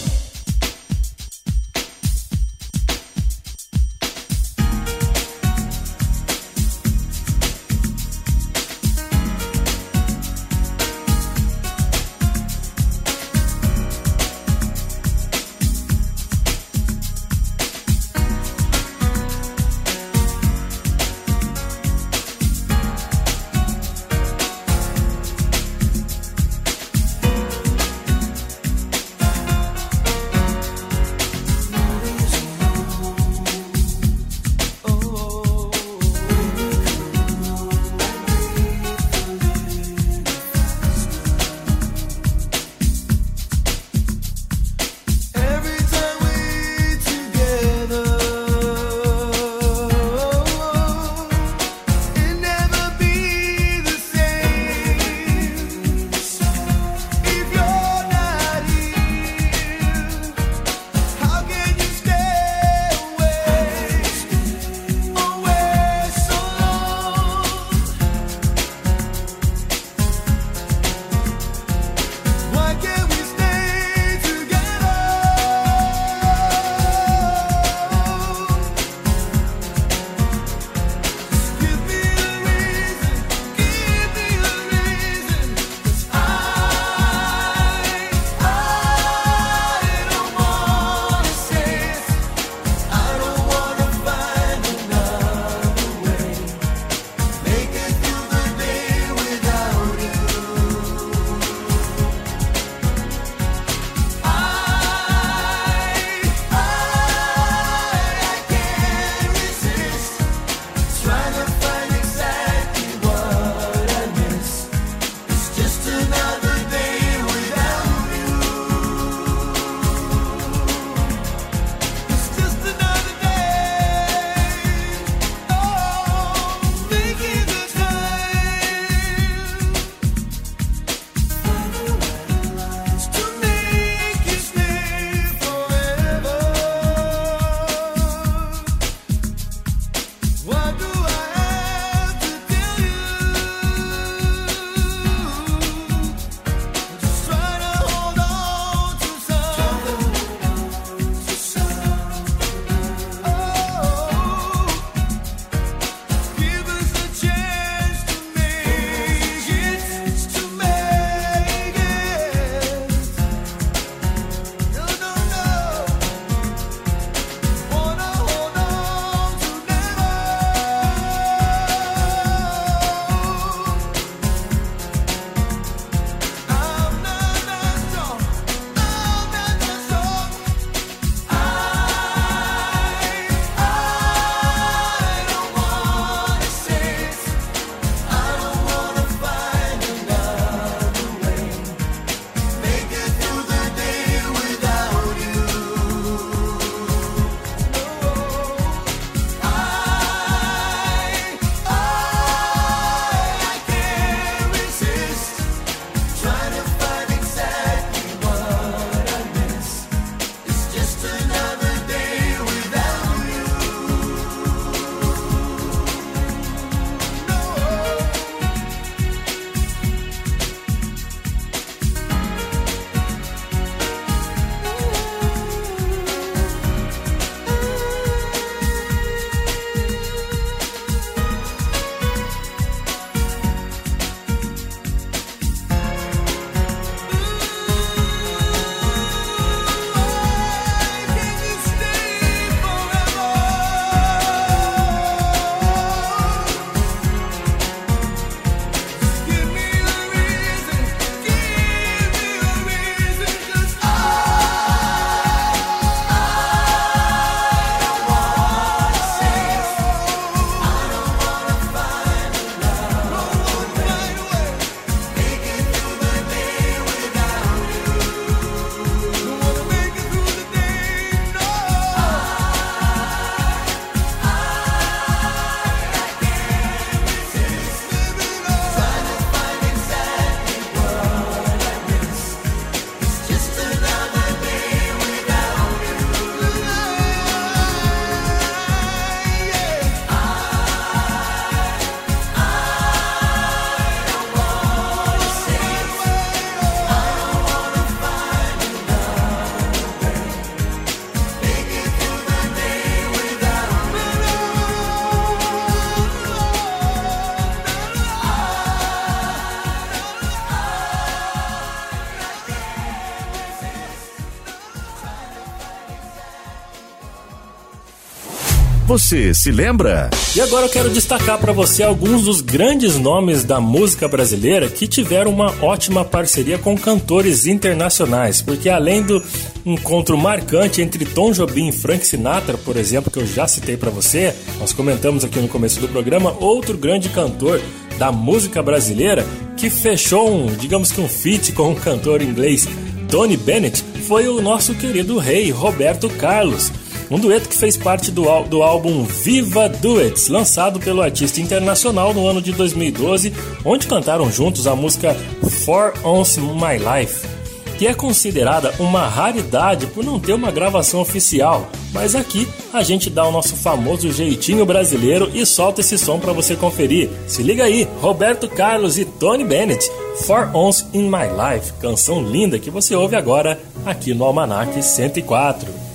Você se lembra? E agora eu quero destacar para você alguns dos grandes nomes da música brasileira que tiveram uma ótima parceria com cantores internacionais, porque além do encontro marcante entre Tom Jobim e Frank Sinatra, por exemplo, que eu já citei para você, nós comentamos aqui no começo do programa, outro grande cantor da música brasileira que fechou digamos que um feat com um cantor inglês, Tony Bennett, foi o nosso querido rei Roberto Carlos. Um dueto que fez parte do álbum Viva Duets, lançado pelo artista internacional no ano de 2012, onde cantaram juntos a música For Once in My Life, que é considerada uma raridade por não ter uma gravação oficial. Mas aqui a gente dá o nosso famoso jeitinho brasileiro e solta esse som para você conferir. Se liga aí, Roberto Carlos e Tony Bennett, For Once in My Life, canção linda que você ouve agora aqui no Almanac 104.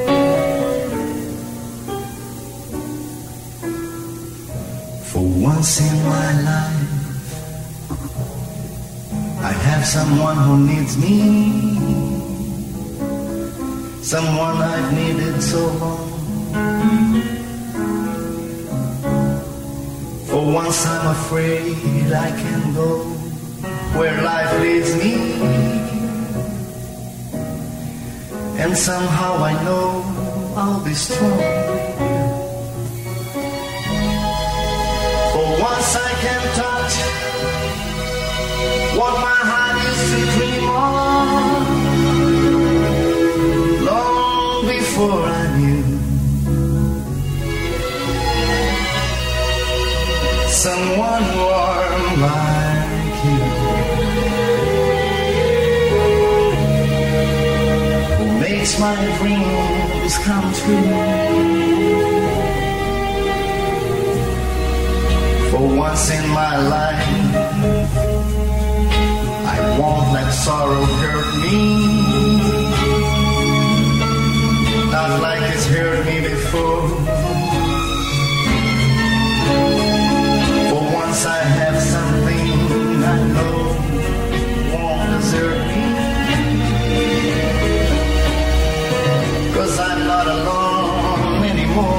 For once in my life, I have someone who needs me, someone I've needed so long. For once I'm afraid I can go where life leads me, and somehow I know I'll be strong. For once I can touch what my heart used to dream of long before I knew someone warm like you, who makes my dreams come true. For once in my life, I won't let sorrow hurt me, not like it's hurt me before. For once I have something I know won't desert me, 'cause I'm not alone anymore.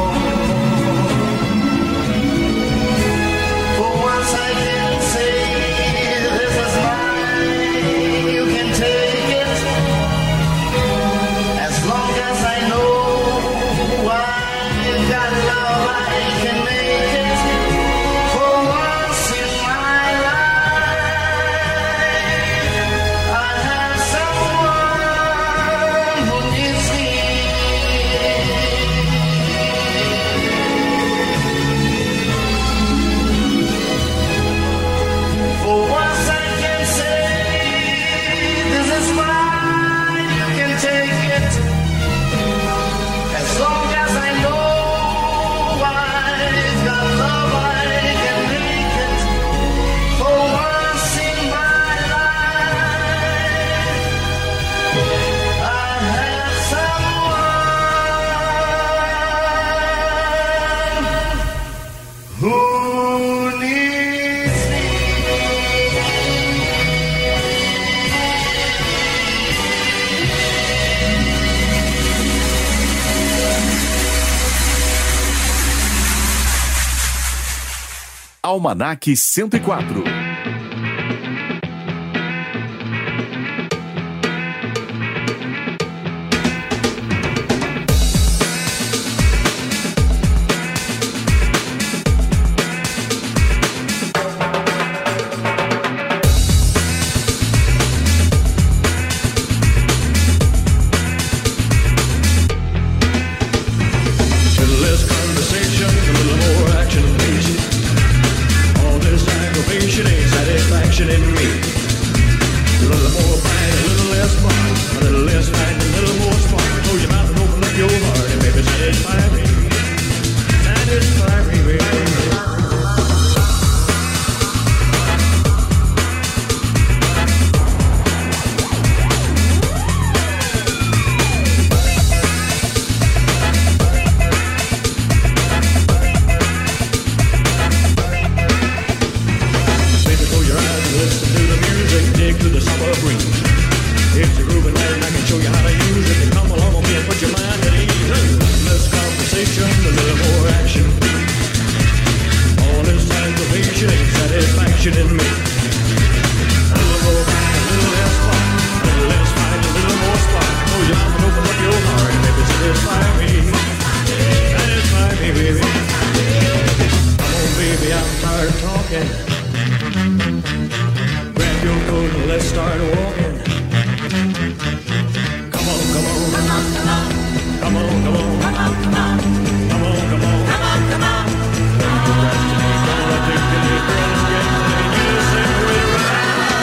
Almanac 104. Conversation, a little more action, please. All this aggravation ain't talking. Grab your coat and let's start walking. Come on, come on. Come on, come on. Come on, come on. Come on, come on. Come on, come on. Come on, come on. Don't procrastinate, don't articulate, girl, let's get playing. You say we're right.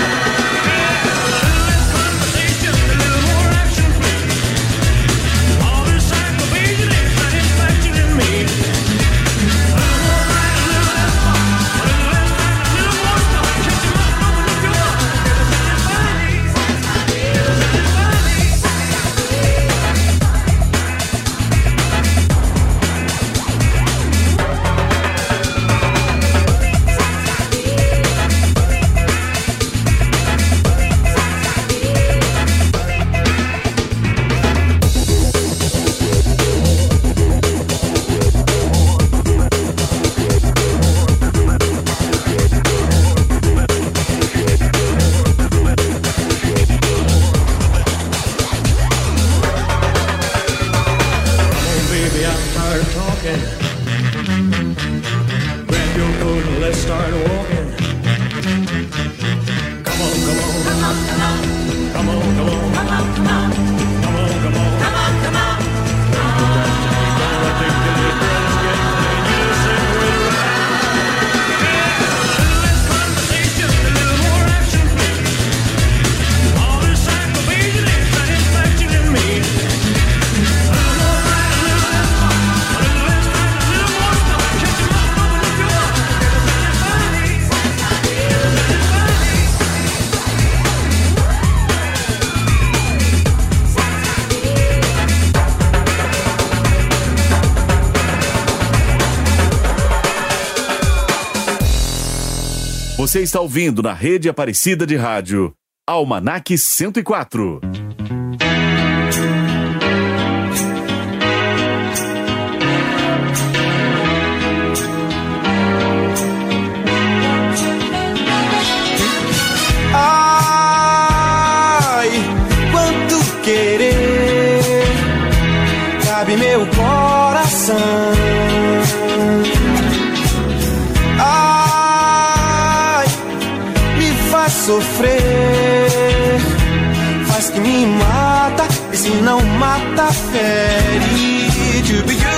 Você está ouvindo na Rede Aparecida de Rádio, Almanac 104. Ai, quanto querer cabe meu coração. Sofrer faz que me mata, e se não mata, fere. To be you.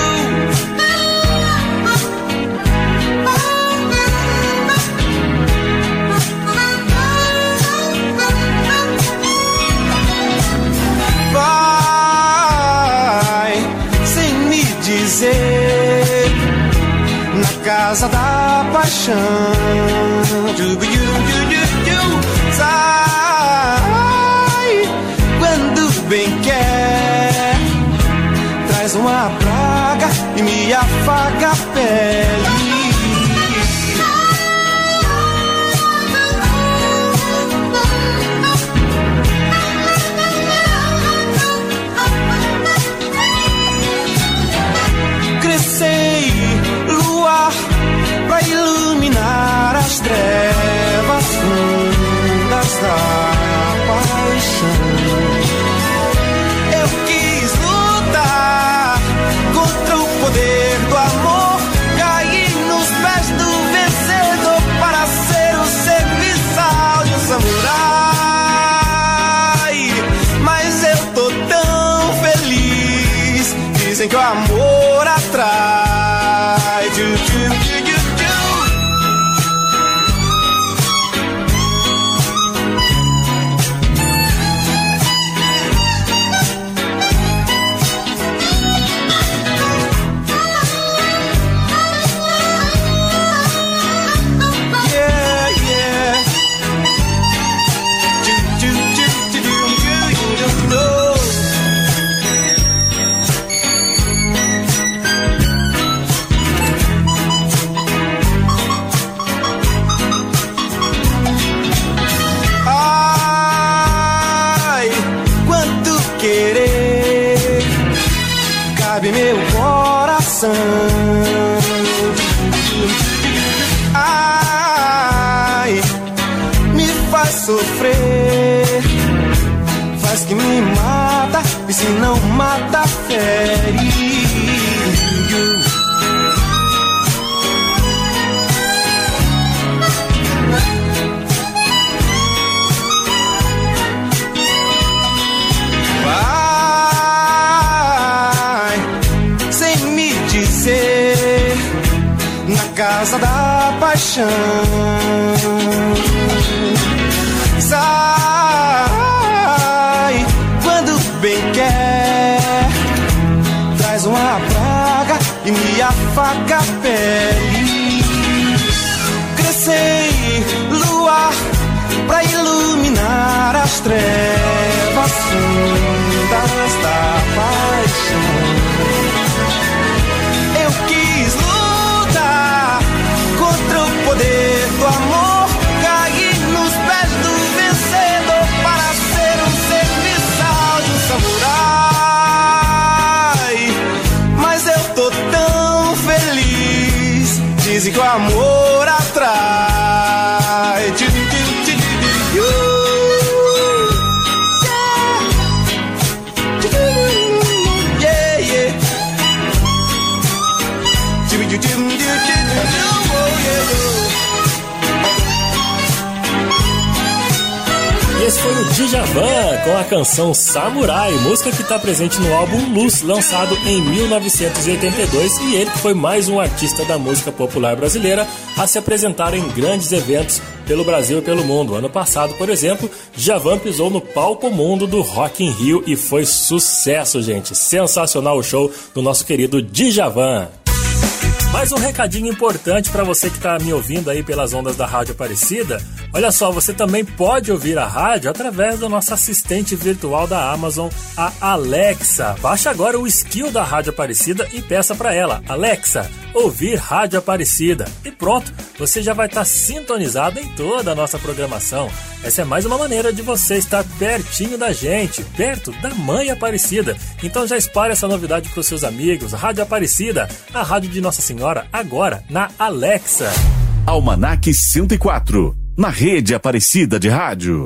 Vai sem me dizer na casa da paixão. To be you. Sai quando bem quer, traz uma praga e me afaga a pele. Crescei luar pra iluminar as trevas fundas da paixão. Eu quis lutar contra o poder do amor, caí nos pés do vencedor para ser o serviçal de um samurai. Mas eu tô tão feliz, dizem que o amor atrai. Meu coração, ai, me faz sofrer, faz que me mata, e se não mata, fere. casa da paixão. Sai quando bem quer, traz uma praga e me afaga a pele. Crescei luar pra iluminar as trevas fundas da paixão. Eu quis lutar contra o poder do amor, cair nos pés do vencedor para ser um serviçal de um samurai. Mas eu tô tão feliz, dizem que o amor atrai. E esse foi o Djavan com a canção Samurai, música que está presente no álbum Luz, lançado em 1982, e ele foi mais um artista da música popular brasileira a se apresentar em grandes eventos pelo Brasil e pelo mundo. Ano passado, por exemplo, Djavan pisou no palco mundo do Rock in Rio e foi sucesso, gente. Sensacional o show do nosso querido Djavan. Mais um recadinho importante para você que está me ouvindo aí pelas ondas da Rádio Aparecida. Olha só, você também pode ouvir a rádio através do nosso assistente virtual da Amazon, a Alexa. Baixe agora o skill da Rádio Aparecida e peça para ela: Alexa, ouvir Rádio Aparecida. E pronto, você já vai estar sintonizado em toda a nossa programação. Essa é mais uma maneira de você estar pertinho da gente, perto da Mãe Aparecida. Então já espalhe essa novidade para os seus amigos. Rádio Aparecida, a rádio de Nossa Senhora, agora na Alexa. Almanac 104, na Rede Aparecida de Rádio.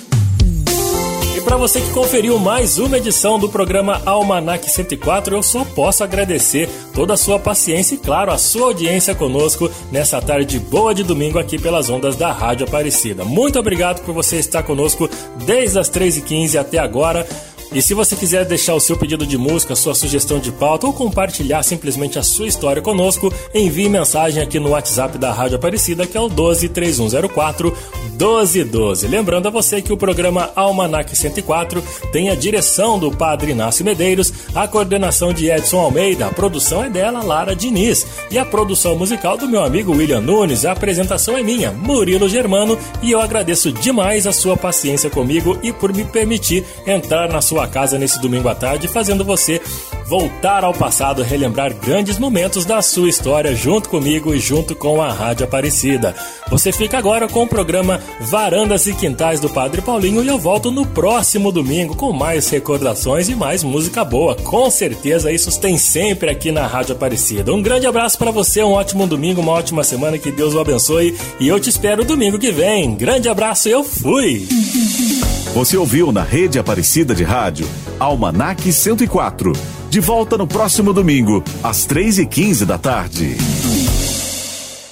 E para você que conferiu mais uma edição do programa Almanac 104, eu só posso agradecer toda a sua paciência e, claro, a sua audiência conosco nessa tarde boa de domingo aqui pelas ondas da Rádio Aparecida. Muito obrigado por você estar conosco desde as 3h15 até agora. E se você quiser deixar o seu pedido de música, sua sugestão de pauta ou compartilhar simplesmente a sua história conosco, envie mensagem aqui no WhatsApp da Rádio Aparecida, que é o 12-3104-1212. Lembrando a você que o programa Almanac 104 tem a direção do Padre Inácio Medeiros, a coordenação de Edson Almeida, a produção é dela, Lara Diniz, e a produção musical do meu amigo William Nunes. A apresentação é minha, Murilo Germano, e eu agradeço demais a sua paciência comigo e por me permitir entrar na sua casa nesse domingo à tarde, fazendo você voltar ao passado, relembrar grandes momentos da sua história junto comigo e junto com a Rádio Aparecida. Você fica agora com o programa Varandas e Quintais do Padre Paulinho e eu volto no próximo domingo com mais recordações e mais música boa. Com certeza isso tem sempre aqui na Rádio Aparecida. Um grande abraço para você, um ótimo domingo, uma ótima semana, que Deus o abençoe e eu te espero domingo que vem. Grande abraço, eu fui! Você ouviu na Rede Aparecida de Rádio Almanac 104. De volta no próximo domingo, às 3h15 da tarde.